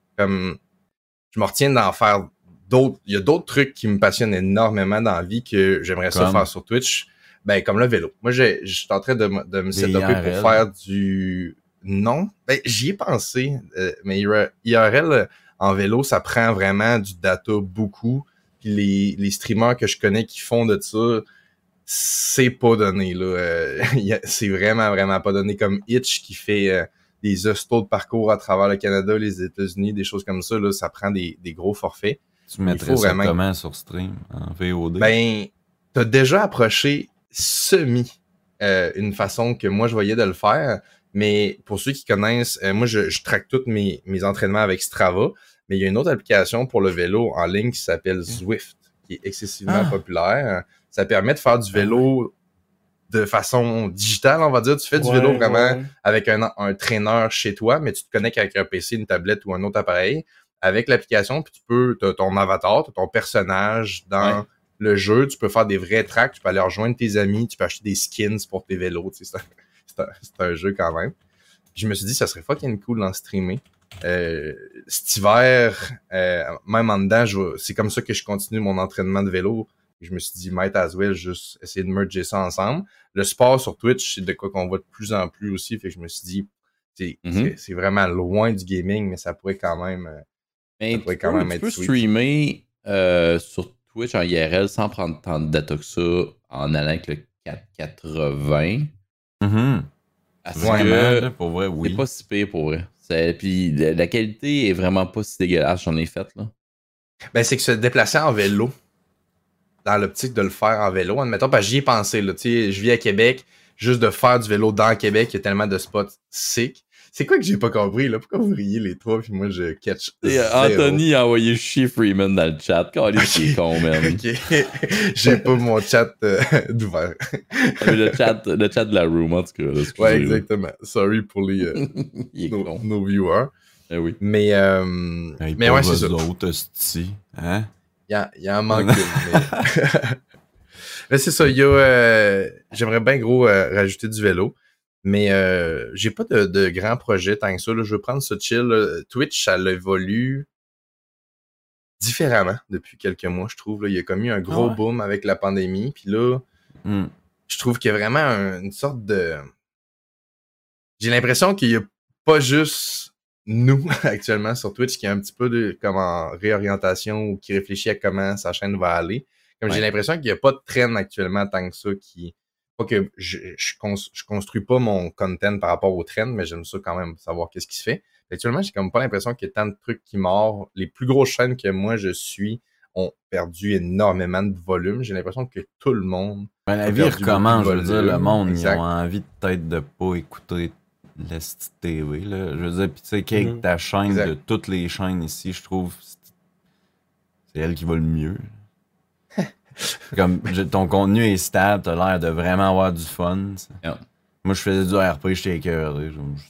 d'en faire d'autres. Il y a d'autres trucs qui me passionnent énormément dans la vie que j'aimerais ça faire sur Twitch. Ben, comme le vélo. Moi, je suis en train de me setuper pour faire du... Non. Ben, j'y ai pensé. Mais IRL, en vélo, ça prend vraiment du data beaucoup. Puis les streamers que je connais qui font de ça, c'est pas donné, là. C'est vraiment, vraiment pas donné. Comme Itch qui fait des hostos de parcours à travers le Canada, les États-Unis, des choses comme ça, là, ça prend des gros forfaits. Tu mettrais ça comment sur stream, en VOD? Ben, t'as déjà approché une façon que moi je voyais de le faire, mais pour ceux qui connaissent, moi je traque tous mes entraînements avec Strava, mais il y a une autre application pour le vélo en ligne qui s'appelle Zwift, qui est excessivement populaire. Ça permet de faire du vélo de façon digitale, on va dire. Tu fais du vélo vraiment avec un traîneur chez toi, mais tu te connectes avec un PC, une tablette ou un autre appareil avec l'application, puis t'as ton avatar, t'as ton personnage dans le jeu, tu peux faire des vrais tracks, tu peux aller rejoindre tes amis, tu peux acheter des skins pour tes vélos, tu sais, c'est un jeu quand même. Puis je me suis dit, ça serait fucking cool d'en streamer. cet hiver, même en dedans, c'est comme ça que je continue mon entraînement de vélo. Je me suis dit, might as well, juste essayer de merger ça ensemble. Le sport sur Twitch, c'est de quoi qu'on voit de plus en plus aussi. Fait que je me suis dit, c'est vraiment loin du gaming, mais ça pourrait quand même, tu peux streamer sur Twitch en IRL sans prendre tant de data que ça en allant avec le 480. Parce que pour vrai, oui. C'est pas si pire pour vrai. Puis la qualité est vraiment pas si dégueulasse, j'en ai fait là. Ben, c'est que se déplacer en vélo, dans l'optique de le faire en vélo, admettons, parce que j'y ai pensé, là, tu sais, je vis à Québec, juste de faire du vélo dans Québec, il y a tellement de spots sick. C'est quoi que j'ai pas compris, là? Pourquoi vous riez les trois, puis moi, je catch Anthony a envoyé chier Freeman dans le chat. Calé, c'est con, man. Ok. J'ai pas mon chat d'ouvert. le chat de la room, en tout cas. Là, ouais, exactement. Sorry pour les nos viewers. Eh oui. Mais ouais, c'est ça. Autres, hein? Il en manque une. Mais c'est ça, j'aimerais bien gros rajouter du vélo. Mais j'ai pas de grands projets tant que ça. Là. Je veux prendre ça chill. Là. Twitch, ça évolue différemment depuis quelques mois, je trouve. Là. Il y a comme eu un gros boom avec la pandémie. Puis là, je trouve qu'il y a vraiment une sorte de... J'ai l'impression qu'il y a pas juste nous actuellement sur Twitch qui est un petit peu comme en réorientation ou qui réfléchit à comment sa chaîne va aller. Comme j'ai l'impression qu'il n'y a pas de trend actuellement tant que ça qui... Pas que je construis pas mon content par rapport au trend, mais j'aime ça quand même savoir qu'est-ce qui se fait. Actuellement, j'ai comme pas l'impression qu'il y a tant de trucs qui mordent. Les plus grosses chaînes que moi je suis ont perdu énormément de volume. J'ai l'impression que tout le monde... la vie recommence, je veux dire, le monde, ils ont envie peut-être de pas écouter la TV, là. Je veux dire, pis tu sais, Kate, ta chaîne de toutes les chaînes ici, je trouve, c'est elle qui va le mieux. Comme ton contenu est stable, t'as l'air de vraiment avoir du fun. Yeah. Moi, je faisais du RP, j'étais écœuré.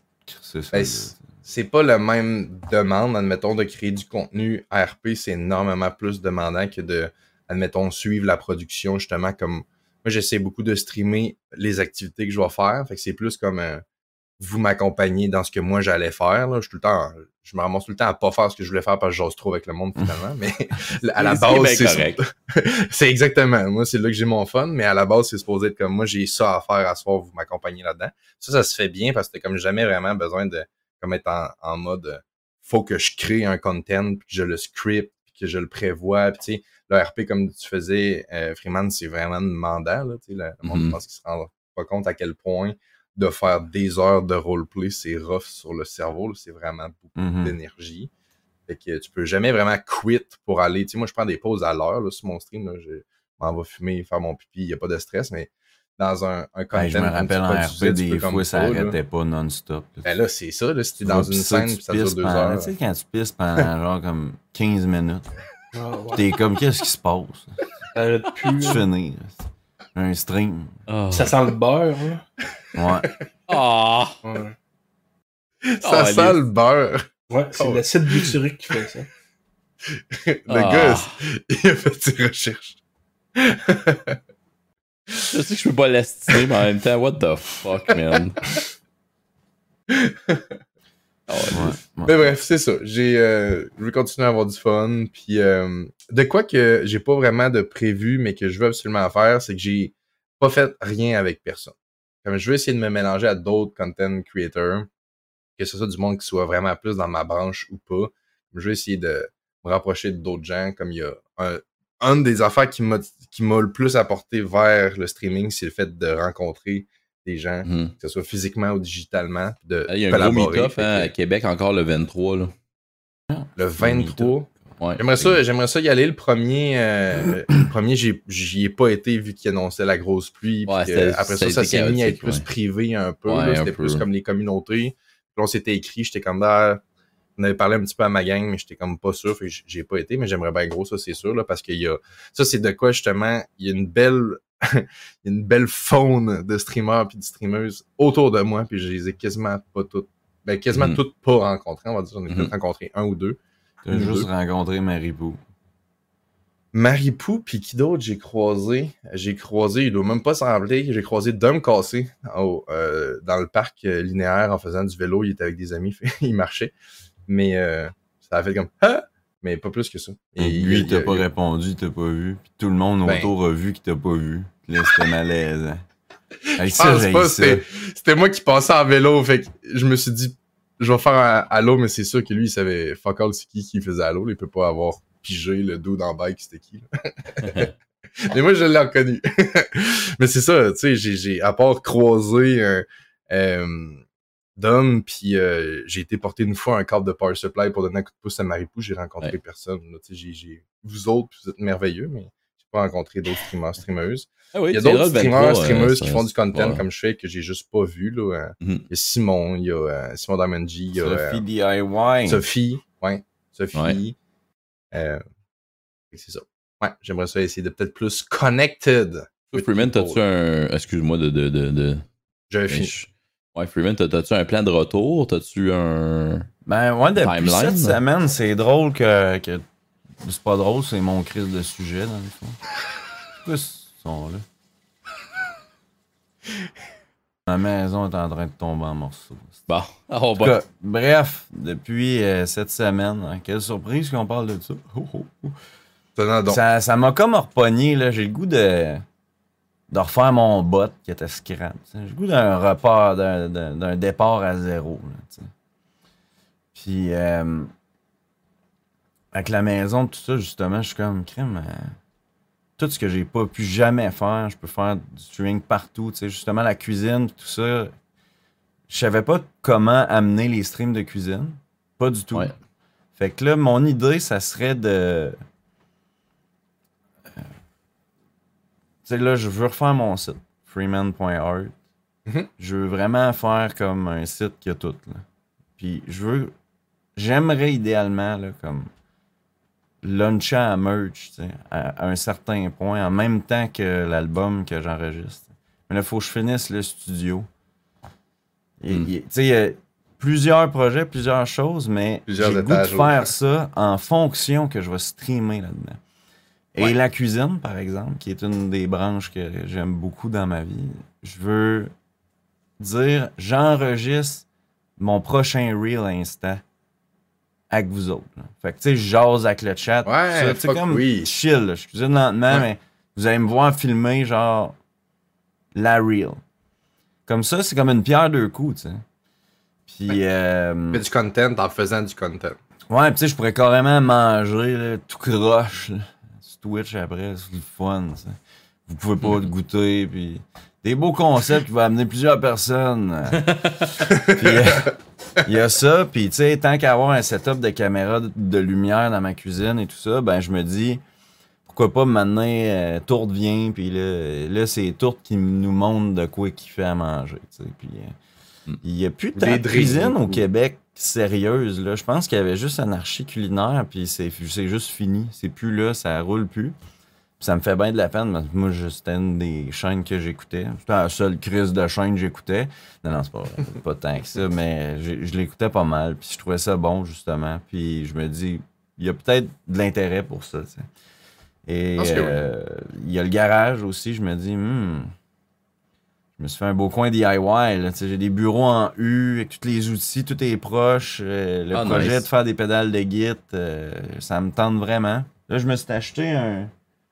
C'est pas la même demande, admettons, de créer du contenu RP, c'est énormément plus demandant que de, admettons, suivre la production, justement, comme moi, j'essaie beaucoup de streamer les activités que je vais faire, fait que c'est plus comme vous m'accompagnez dans ce que moi j'allais faire, là. Je me ramasse tout le temps à pas faire ce que je voulais faire parce que j'ose trop avec le monde, finalement, mais à la base, c'est c'est exactement, moi, c'est là que j'ai mon fun, mais à la base, c'est supposé être comme, moi, j'ai ça à faire à soir, vous m'accompagnez là-dedans. Ça se fait bien parce que t'as comme jamais vraiment besoin de, comme être en mode, faut que je crée un content, puis que je le script, puis que je le prévois, puis tu sais, le RP, comme tu faisais, Freeman, c'est vraiment demandant, là, tu sais, le monde, je pense qu'il se rend pas compte à quel point de faire des heures de roleplay, c'est rough sur le cerveau, là, c'est vraiment beaucoup d'énergie. Fait que tu peux jamais vraiment quit pour aller, tu sais, moi je prends des pauses à l'heure là, sur mon stream, là, je m'en vais fumer, faire mon pipi, il n'y a pas de stress, mais dans un content... je me rappelle en RP, des fois, ça arrêtait pas non-stop. Là. Ben là, c'est ça, là, si t'es dans une scène, ça dure 2 heures. Tu sais, quand tu pisses pendant genre comme 15 minutes, t'es comme, qu'est-ce qui se passe? Ça arrête plus. Tu finis, un stream. Ça sent le beurre, là. Ouais. Ça sent le beurre. Ouais, c'est l'acide butyrique qui fait ça. Le gars, il a fait ses recherches. Je sais que je peux pas l'estimer, mais en même temps, what the fuck, man? Mais bref, c'est ça. Je veux continuer à avoir du fun. Puis, de quoi que j'ai pas vraiment de prévu, mais que je veux absolument faire, c'est que j'ai pas fait rien avec personne. Comme je veux essayer de me mélanger à d'autres content creators, que ce soit du monde qui soit vraiment plus dans ma branche ou pas. Je veux essayer de me rapprocher d'autres gens. Comme il y a une des affaires qui m'a le plus apporté vers le streaming, c'est le fait de rencontrer des gens, que ce soit physiquement ou digitalement. Il y a un gros meet-up à Québec encore le 23. Là. Le 23? Ouais. J'aimerais ça y aller. Le premier, j'y ai pas été vu qu'il annonçait la grosse pluie. Ouais, après ça s'est mis à être plus privé un peu. C'était plus comme les communautés. Puis on s'était écrit, j'étais comme on avait parlé un petit peu à ma gang, mais j'étais comme pas sûr, fait que j'ai pas été, mais j'aimerais bien gros, ça c'est sûr, là, parce qu'il y a, ça c'est de quoi justement, il y a une belle faune de streamers puis de streameuses autour de moi, puis je les ai quasiment pas toutes, toutes pas rencontrées, on va dire, j'en ai peut-être rencontré un ou deux. T'as juste rencontré Maripou. Maripou, puis qui d'autre j'ai croisé, il doit même pas s'en rappeler, j'ai croisé Dom Cassé dans le parc linéaire en faisant du vélo, il était avec des amis, il marchait. mais ça a fait comme « Ah! » Mais pas plus que ça. Et lui, il t'a pas répondu, il t'a pas vu. Puis tout le monde autour a vu qu'il t'a pas vu. Là, c'était malaisant. Je pense pas, c'était moi qui passais en vélo, fait que je me suis dit, je vais faire un allô, mais c'est sûr que lui, il savait fuck all c'est qui faisait allô, il peut pas avoir pigé le dos dans le bike, c'était qui. Mais moi, je l'ai reconnu. Mais c'est ça, tu sais, j'ai à part croiser d'hommes, puis j'ai été porter une fois un câble de Power Supply pour donner un coup de pouce à Maripou, j'ai rencontré personne. Tu sais, vous autres, vous êtes merveilleux, mais j'ai pas rencontré d'autres streameuses. Ah oui, il y a d'autres streameuses qui font du content comme je fais que j'ai juste pas vu. Là. Il y a Simon, il y a Simon Diamond G, il y a Sophie DIY. Sophie. C'est ça. Ouais, j'aimerais ça essayer de peut-être plus connected. Freeman, t'as-tu un... Excuse-moi de... J'ai fini. Ouais, Freeman, t'as-tu un plan de retour? T'as-tu un... Depuis cette semaine, c'est drôle que... C'est pas drôle, c'est mon crise de sujet, dans le fond. Pourquoi ils sont là? Ma maison est en train de tomber en morceaux. Bon, bref, depuis cette semaine, hein, quelle surprise qu'on parle de ça. Ça m'a comme repogné, là. J'ai le goût de refaire mon bot qui était scrap. J'ai le goût d'un repart, d'un départ à zéro. Là, puis, avec la maison, tout ça, justement, je suis comme crème. Tout ce que j'ai pas pu jamais faire, je peux faire du streaming partout. Justement, la cuisine, tout ça. Je savais pas comment amener les streams de cuisine. Pas du tout. Ouais. Fait que là, mon idée, ça serait de... Tu sais, là, je veux refaire mon site, freeman.art. Je veux vraiment faire comme un site qui a tout. Là. Puis j'aimerais idéalement, là, comme launcher à merch, tu sais, à un certain point, en même temps que l'album que j'enregistre. Mais là, il faut que je finisse le studio. Tu sais, il y a plusieurs projets, plusieurs choses, mais j'ai le goût de faire ça en fonction que je vais streamer là-dedans. Et la cuisine, par exemple, qui est une des branches que j'aime beaucoup dans ma vie, je veux dire, j'enregistre mon prochain Reel Insta avec vous autres. Là. Fait que, tu sais, je jase avec le chat. Ouais, c'est comme chill. Là. Je cuisine lentement, mais vous allez me voir filmer, genre, la Reel. Comme ça, c'est comme une pierre deux coups, tu sais. Puis... fais du content en faisant du content. Ouais, tu sais, je pourrais carrément manger, là, tout croche, là, sur Twitch après, c'est le fun, tu sais. Vous pouvez pas goûter, puis... Des beaux concepts qui vont amener plusieurs personnes. Puis, il y a ça, puis tu sais, tant qu'à avoir un setup de caméra de lumière dans ma cuisine et tout ça, ben je me dis, pourquoi pas maintenant, Tourte vient, puis là c'est Tourte qui nous montre de quoi qu'il fait à manger, tu sais. Puis il n'y a plus de cuisine au Québec sérieuse, là. Je pense qu'il y avait juste Anarchie culinaire, puis c'est juste fini. C'est plus là, ça roule plus. Puis ça me fait bien de la peine, parce que moi, c'était une des chaînes que j'écoutais. C'était la seule crise de chaîne que j'écoutais. Non, c'est pas tant que ça, mais je l'écoutais pas mal, puis je trouvais ça bon, justement. Puis je me dis, il y a peut-être de l'intérêt pour ça, tu sais. Et il y a le garage aussi, je me dis, je me suis fait un beau coin DIY, là, j'ai des bureaux en U, avec tous les outils, tout est proche. Le projet de faire des pédales de Git, ça me tente vraiment. Là, je me suis acheté un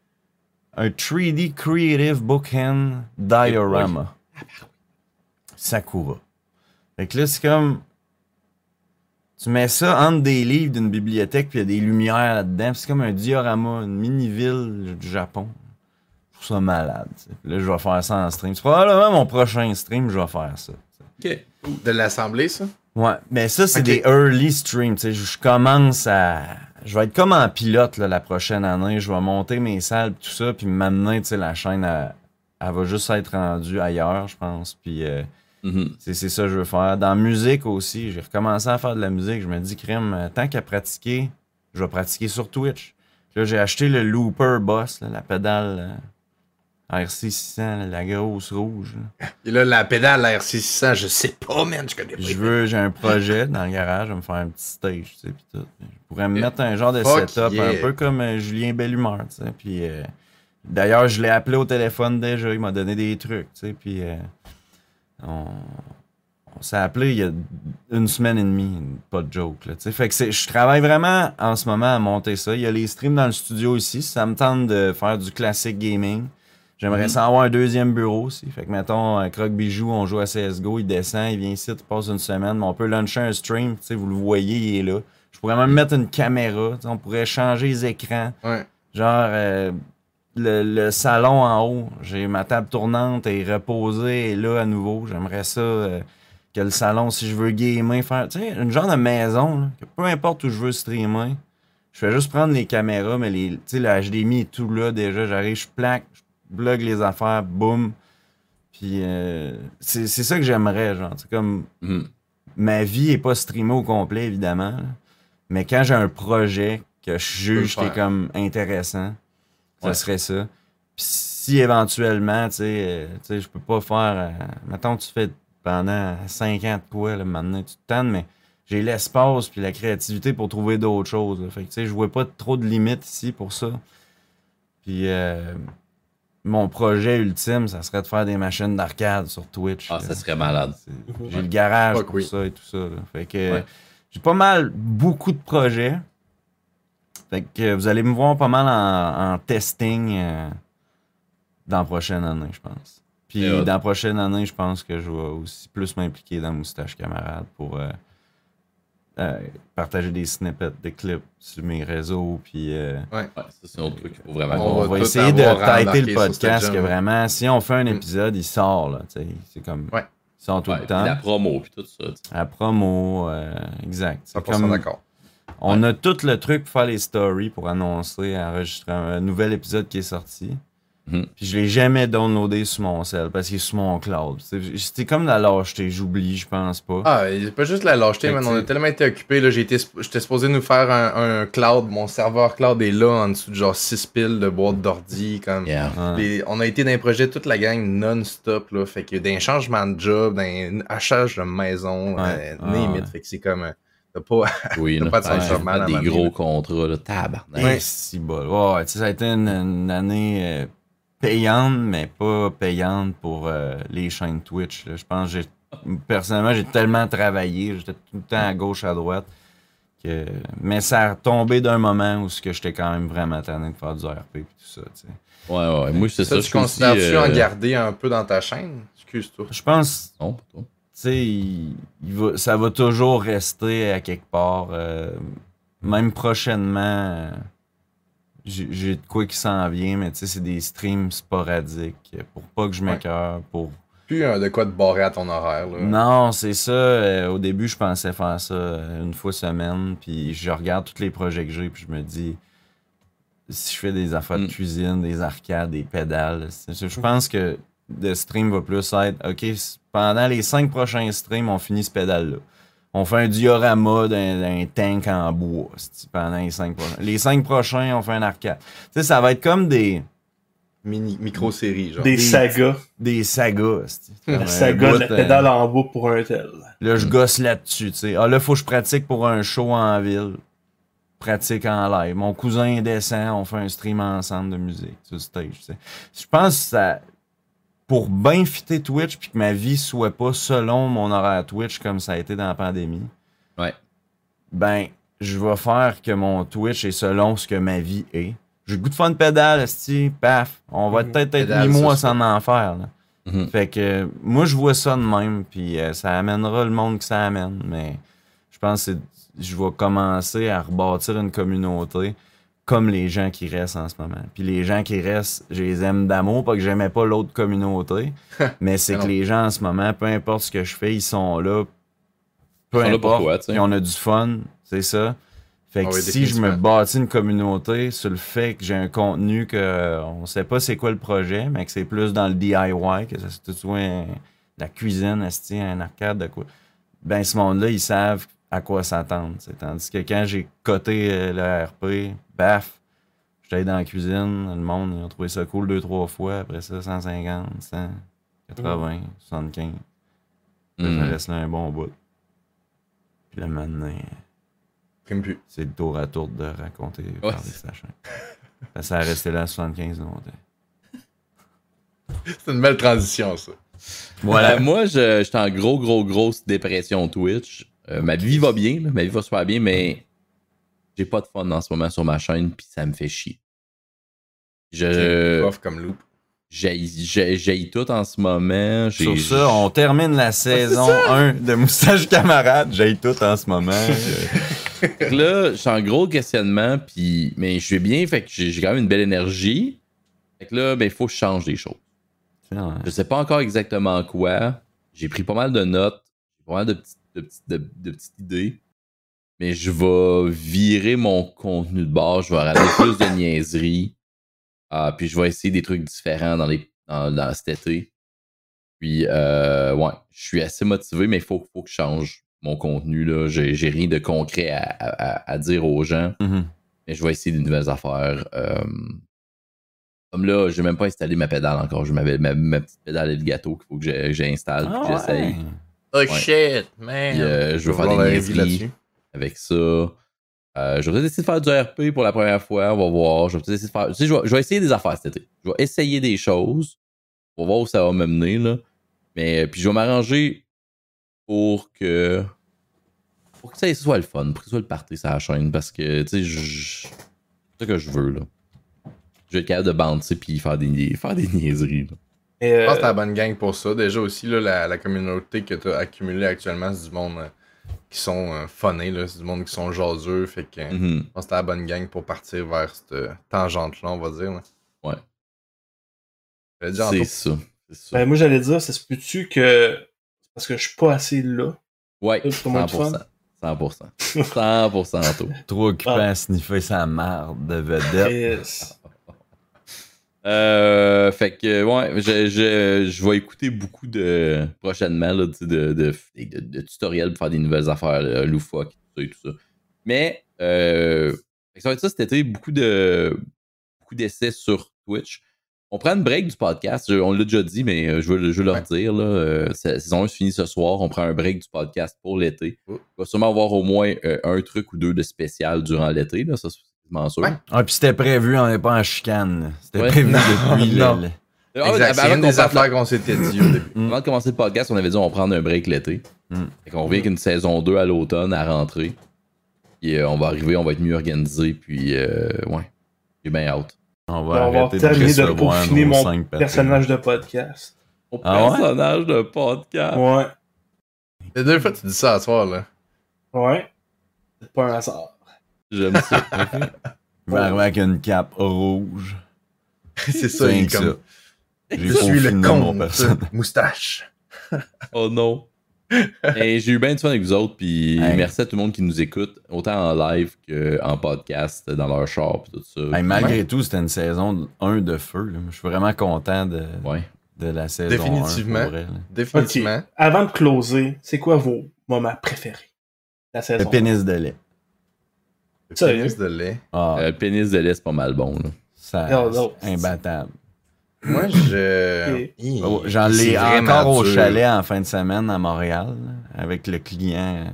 3D Creative Bookend Diorama. Sakura. Fait que là, c'est comme... Tu mets ça entre des livres d'une bibliothèque, puis il y a des lumières là-dedans. C'est comme un diorama, une mini-ville du Japon. Je trouve ça malade. T'sais. Là, je vais faire ça en stream. C'est probablement mon prochain stream, je vais faire ça. T'sais. OK. De l'assembler, ça? Ouais, mais ça, c'est des early streams. Je commence à... Je vais être comme en pilote là, la prochaine année. Je vais monter mes salles tout ça, puis m'amener, la chaîne, elle va juste être rendue ailleurs, je pense. Puis c'est ça que je veux faire. Dans la musique aussi, j'ai recommencé à faire de la musique. Je me dis, crème, tant qu'à pratiquer, je vais pratiquer sur Twitch. Là, j'ai acheté le Looper Boss, là, la pédale RC600, la grosse rouge. Là. Et là, la pédale RC600, je sais pas, man, je connais pas. J'ai un projet dans le garage, je vais me faire un petit stage, tu sais, pis tout. Je pourrais me mettre un genre de setup, un peu comme Julien Bellumeur, tu sais, puis d'ailleurs, je l'ai appelé au téléphone déjà, il m'a donné des trucs, tu sais, puis On s'est appelé il y a 1 semaine et demie, pas de joke. Là, fait que je travaille vraiment en ce moment à monter ça. Il y a les streams dans le studio ici. Ça me tente de faire du classique gaming. J'aimerais ça avoir un 2e bureau aussi. Fait que mettons, Croc Bijou, on joue à CSGO, il descend, il vient ici, il passe une semaine, mais on peut lancer un stream, vous le voyez, il est là. Je pourrais même mettre une caméra, on pourrait changer les écrans. Ouais. Genre, le salon en haut, j'ai ma table tournante et reposée et là à nouveau. J'aimerais ça que le salon, si je veux gamer, faire une genre de maison, là, que peu importe où je veux streamer, je fais juste prendre les caméras, mais le HDMI est tout là déjà. J'arrive, je plaque, je blogue les affaires, boum. Puis c'est ça que j'aimerais, genre. C'est comme ma vie est pas streamée au complet, évidemment. Là, mais quand j'ai un projet que je juge qui est comme intéressant, ça serait ça. Puis si éventuellement, je peux pas faire. Mettons que tu fais pendant 5 ans de quoi, là, maintenant tu te tannes, mais j'ai l'espace puis la créativité pour trouver d'autres choses. Là. Fait que je vois pas trop de limites ici pour ça. Puis mon projet ultime, ça serait de faire des machines d'arcade sur Twitch. Ah, ça serait malade. J'ai le garage pour ça et tout ça. Là. Fait que j'ai pas mal, beaucoup de projets. Fait que vous allez me voir pas mal en testing dans la prochaine année, je pense. Puis dans la prochaine année, je pense que je vais aussi plus m'impliquer dans Moustache Camarade pour partager des snippets de clips sur mes réseaux. Puis, ça, c'est un autre truc qu'il faut vraiment on va essayer de tighter le podcast que vraiment, si on fait un épisode, il sort. Là, c'est comme. Il sort tout le temps. La promo, puis tout ça. La promo, exact. C'est comme d'accord. On a tout le truc pour faire les stories, pour annoncer, enregistrer un nouvel épisode qui est sorti. Puis je l'ai jamais downloadé sur mon cell parce qu'il est sur mon cloud. C'était comme la lâcheté, j'oublie, je pense pas. Ah, c'est pas juste la lâcheté, man. On a tellement été occupés. J'étais supposé nous faire un cloud. Mon serveur cloud est là en dessous de genre 6 piles de boîtes d'ordi. On a été dans les projets toute la gang non-stop. Là, fait que d'un changement de job, d'un achat de maison, fait que c'est comme. T'as pas de sens mal des gros contrats, là, tabarnak. Si bon. Ça a été une année payante, mais pas payante pour les chaînes Twitch. Là. Je pense que personnellement, j'ai tellement travaillé, j'étais tout le temps à gauche, à droite. Mais ça a tombé d'un moment où j'étais quand même vraiment tanné de faire du RP et tout ça. T'sais. Ouais. Moi, c'est ça. Tu considères-tu en garder un peu dans ta chaîne? Excuse-toi. Je pense. Non, pas toi. Ça va toujours rester à quelque part. Même prochainement, j'ai de quoi qui s'en vient, mais c'est des streams sporadiques pour pas que je m'écœure. Plus de quoi te barrer à ton horaire. Là. Non, c'est ça. Au début, je pensais faire ça une fois semaine, puis je regarde tous les projets que j'ai, puis je me dis, si je fais des affaires de cuisine, des arcades, des pédales, je pense que le stream va plus être, OK, pendant les 5 prochains streams, on finit ce pédale-là. On fait un diorama d'un tank en bois pendant les 5 prochains. Les 5 prochains, on fait un arcade. Ça va être comme des... micro-séries, genre. Des sagas. Des sagas. La saga de la pédale en bois pour un tel. Là, je gosse là-dessus. Ah, là, faut que je pratique pour un show en ville. Pratique en live. Mon cousin descend, on fait un stream ensemble de musique sur le stage. T'sais. Je pense que ça... Pour bien fitter Twitch puis que ma vie soit pas selon mon horaire Twitch comme ça a été dans la pandémie, ben, je vais faire que mon Twitch est selon ce que ma vie est. J'ai le goût de faire une pédale, paf, on va peut-être être 8 mois sans en faire. Là. Fait que moi, je vois ça de même, puis ça amènera le monde que ça amène, mais je pense que je vais commencer à rebâtir une communauté comme les gens qui restent en ce moment. Puis les gens qui restent, je les aime d'amour, pas que j'aimais pas l'autre communauté, mais c'est que les gens en ce moment, peu importe ce que je fais, ils sont là. Peu importe, puis on a du fun, c'est ça. Fait que si je me bâtis une communauté sur le fait que j'ai un contenu que on sait pas c'est quoi le projet, mais que c'est plus dans le DIY, que ça soit la cuisine, un arcade, de quoi, ben ce monde-là, ils savent à quoi s'attendre. Tandis que quand j'ai coté le RP, baf, j'étais dans la cuisine, le monde ils ont trouvé ça cool 2-3 fois, après ça 150, 100, 80, 75. Ça reste là un bon bout. Puis là maintenant, c'est le tour à tour de raconter, parler de sa chaîne. Ça a resté là à 75 longtemps. C'est une belle transition, ça. Voilà. Moi, j'étais en grosse dépression Twitch. Ma vie va bien, là. Ma vie va super bien, mais j'ai pas de fun en ce moment sur ma chaîne, puis ça me fait chier. Off comme loop. J'ai tout en ce moment. Sur ça, on termine la saison 1 de Moustache Camarade. J'ai tout en ce moment. Là, je suis en gros questionnement, mais je vais bien, fait que j'ai quand même une belle énergie. Fait que là, il faut que je change des choses. Je sais pas encore exactement quoi. J'ai pris pas mal de notes, pas mal de petites idées. Mais je vais virer mon contenu de base. Je vais ramener plus de niaiseries. Puis je vais essayer des trucs différents dans cet été. Puis, ouais, je suis assez motivé, mais il faut que je change mon contenu. Là. J'ai rien de concret à dire aux gens. Mm-hmm. Mais je vais essayer des nouvelles affaires. Comme là, j'ai même pas installé ma pédale encore. Je m'avais ma petite pédale et le gâteau qu'il faut que j'installe et que j'essaye. Oh shit, man! Puis, je vais faire des niaiseries avec ça. Je vais peut-être essayer de faire du RP pour la première fois. On va voir. Je vais peut-être essayer de faire. Tu sais, je vais essayer des affaires cet été. Je vais essayer des choses. On va voir où ça va me mener, là. Mais puis je vais m'arranger pour que ça soit le fun, pour que ça soit le party sur la chaîne. Parce que, tu sais, c'est ça que je veux, là. Je vais être capable de bouncer puis faire des niaiseries, là. Je pense que t'as la bonne gang pour ça. Déjà aussi, là, la communauté que t'as accumulée actuellement, c'est du monde qui sont funnés, là. C'est du monde qui sont jaseux. Fait que je pense que t'as la bonne gang pour partir vers cette tangente-là, on va dire. Là. Ouais. C'est ça. Ben, moi, j'allais dire, ça se peut-tu que. Parce que je suis pas assez là. Ouais, 100%. 100% tout. Trop occupé à sniffer sa marde de vedette. Yes. Fait que, ouais, je vais écouter beaucoup prochainement là, de tutoriels pour faire des nouvelles affaires loufoques et tout ça. Mais, ça va être ça cet été, beaucoup d'essais sur Twitch. On prend une break du podcast, on l'a déjà dit, mais je veux leur dire, là, saison 1 se finit ce soir, on prend un break du podcast pour l'été. Il va sûrement avoir au moins un truc ou deux de spécial durant l'été, là, ça c'est quasiment sûr. Ah, puis c'était prévu, on n'est pas en chicane. C'était prévu depuis Exact, c'est une des affaires qu'on s'était dit au début. Avant de commencer le podcast, on avait dit on va prendre un break l'été. Fait qu'on revient avec une saison 2 à l'automne, à rentrer. Puis on va arriver, on va être mieux organisé, puis ouais, j'ai bien hâte. On va terminer de peaufiner mon personnage de podcast. Mon personnage de podcast? Ouais. La dernière fois, tu dis ça à soir, là. Ouais. C'est pas un hasard. J'aime ça. Il va arriver avec une cape rouge. C'est ça, il est comme... Je suis le comte Moustache. Oh non. Et j'ai eu bien du fun avec vous autres, puis merci à tout le monde qui nous écoute, autant en live qu'en podcast, dans leur char, puis tout ça. Malgré tout, c'était une saison 1 de feu. Là. Je suis vraiment content de la saison Définitivement. 1 pour elle. Définitivement. Okay. Avant de closer, c'est quoi vos moments préférés? La saison le pénis de lait. Le pénis de lait. Le pénis de lait, c'est pas mal bon. Là. C'est imbattable. Moi, j'en l'ai encore au chalet en fin de semaine à Montréal, là, avec le client.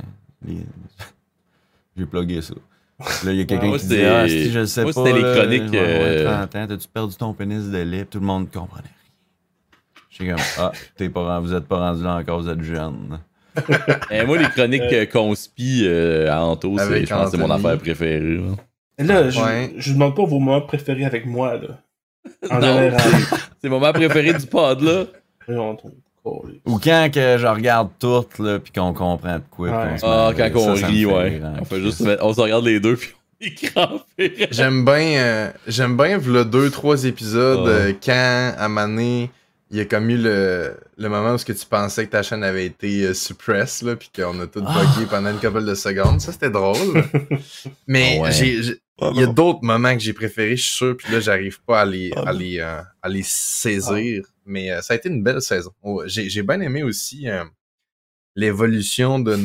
J'ai plugué ça. Là, il y a quelqu'un qui dit si je le sais pas. C'était les chroniques. 30 ans, t'as-tu perdu ton pénis de lait? Tout le monde comprenait rien. J'étais comme, vous êtes pas rendu là encore, vous êtes jeune. Moi, les chroniques conspi à Anto, je pense que c'est mon affaire préférée. Là, je demande pas vos moments préférés avec moi, là. En général. C'est le moment préféré du pod, là. Ou quand que je regarde tout, là, pis qu'on comprend de quoi. Quand on rit, ouais. On fait juste on se regarde les deux, puis on est crampé. J'aime bien le 2-3 épisodes quand, à un moment donné, il y a comme eu le moment où tu pensais que ta chaîne avait été suppress, là, pis qu'on a tout bugué pendant une couple de secondes. Ça, c'était drôle. Mais il y a d'autres moments que j'ai préférés, je suis sûr, puis là, j'arrive pas à les saisir. Mais ça a été une belle saison. J'ai bien aimé aussi l'évolution de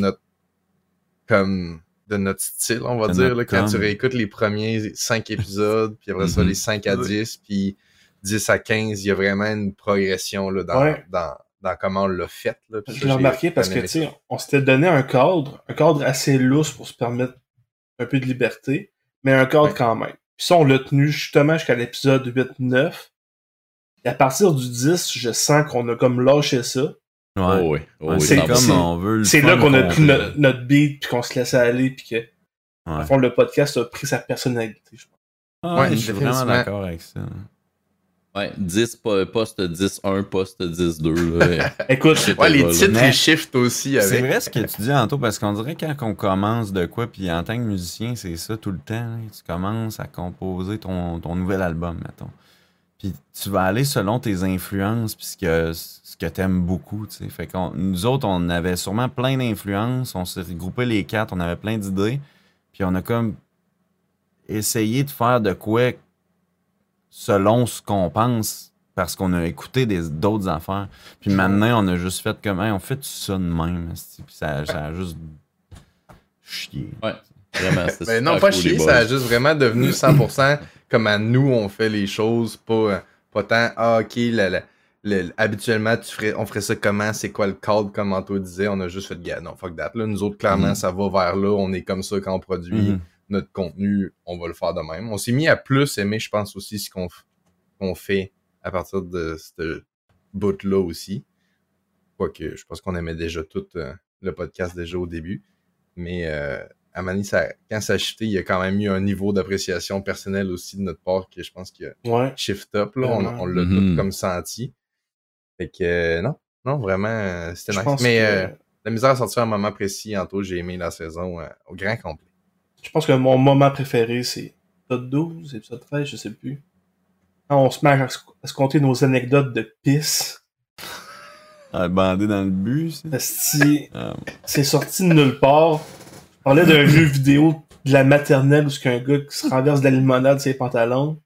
notre style, on va dire, là, quand tu réécoutes les premiers 5 épisodes, puis après ça, les 5 à 10, puis 10 à 15, il y a vraiment une progression là, dans comment on l'a fait. Là, je l'ai remarqué parce que, tu sais, on s'était donné un cadre assez lousse pour se permettre un peu de liberté, mais un cadre quand même. Puis ça, on l'a tenu justement jusqu'à l'épisode 8-9. Et à partir du 10, je sens qu'on a comme lâché ça. Ouais. C'est comme on veut le. C'est là qu'on a pris notre beat, puis qu'on se laissait aller, puis que, à fond, le podcast a pris sa personnalité, je pense. Je suis vraiment d'accord avec ça. Ouais, 10, poste 10-1, poste 10-2. Écoute, les titres, ils shiftent aussi avec. C'est vrai ce que tu dis, Anto, parce qu'on dirait quand on commence de quoi, puis en tant que musicien, c'est ça tout le temps. Hein, tu commences à composer ton nouvel album, mettons. Puis tu vas aller selon tes influences, puis ce que t'aimes beaucoup, tu sais. Fait que nous autres, on avait sûrement plein d'influences, on s'est regroupés les 4, on avait plein d'idées, puis on a comme essayé de faire de quoi selon ce qu'on pense, parce qu'on a écouté d'autres affaires. Puis maintenant, on a juste fait comme, on fait tout ça de même, puis ça a juste chié. Ouais, vraiment, c'est mais non, pas chier, ça a juste vraiment devenu 100% comme à nous, on fait les choses, pas tant, ok, habituellement, on ferait ça comment, c'est quoi le cadre, comme Anto disait, on a juste fait de non, fuck that. Là, nous autres, clairement, ça va vers là, on est comme ça quand on produit notre contenu, on va le faire de même. On s'est mis à plus aimer, je pense, aussi ce qu'on fait à partir de ce bout-là aussi. Quoique, je pense qu'on aimait déjà tout le podcast déjà au début. Mais à Mani, quand ça a shifté, il y a quand même eu un niveau d'appréciation personnelle aussi de notre part que je pense qu'il a shift up. Là. On l'a tout comme senti. Fait que non, vraiment, c'était nice. Mais la misère à sortir un moment précis, Anto, j'ai aimé la saison au grand complet. Je pense que mon moment préféré, c'est épisode 12, épisode 13, je sais plus. Quand on se met à se compter nos anecdotes de pisse. Bandé dans le bus. C'est sorti de nulle part. Je parlais d'un jeu vidéo de la maternelle où c'est un gars qui se renverse de la limonade sur ses pantalons.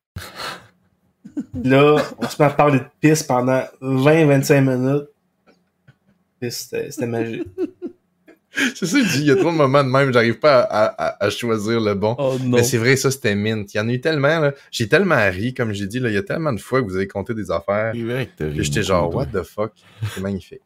Là, on se met à parler de pisse pendant 20-25 minutes. Et c'était magique. C'est ça, il y a trop de moments de même, j'arrive pas à choisir le bon. Oh, non. Mais c'est vrai, ça, c'était mint. Il y en a eu tellement, là. J'ai tellement ri, comme j'ai dit, là. Il y a tellement de fois que vous avez compté des affaires. C'est vrai que j'étais genre, what the fuck? C'est magnifique.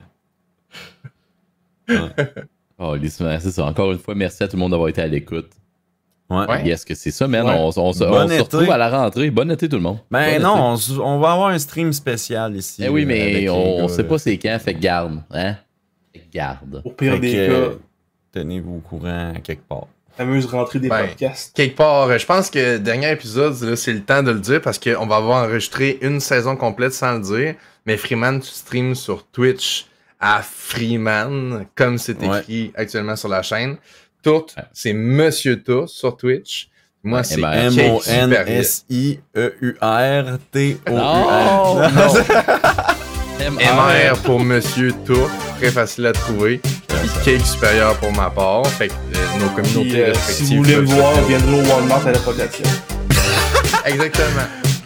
C'est ça. Encore une fois, merci à tout le monde d'avoir été à l'écoute. Ouais. Yes, que c'est ça, man. On se retrouve à la rentrée. Bon été, tout le monde. Ben non, on va avoir un stream spécial ici. Oui, mais on sait pas c'est quand, fait que garde. Hein? Garde. Au pire des cas, tenez-vous au courant quelque part. Fameuse rentrée des podcasts. Quelque part, je pense que dernier épisode, là, c'est le temps de le dire parce qu'on va avoir enregistré une saison complète sans le dire. Mais Freeman, tu streams sur Twitch à Freeman, comme c'est écrit actuellement sur la chaîne. Tout, c'est Monsieur Tout sur Twitch. Moi, c'est MONSIEURTOUR. MR pour Monsieur Tout, très facile à trouver. Puis Cake Supérieur pour ma part. Fait que nos communautés respectives. Si vous voulez me voir, viendrez au Walmart à la Pogatière. Exactement.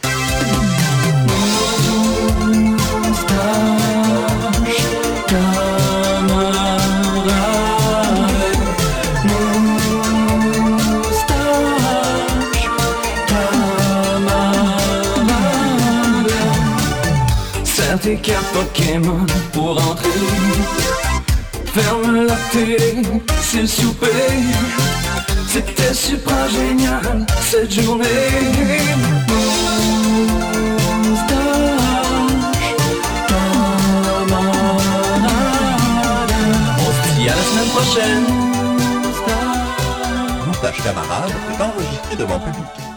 Tes cartes Pokémon pour entrer. Ferme la télé, c'est le souper. C'était super génial cette journée. On se dit à la semaine prochaine. Montage Camarade est enregistré devant public.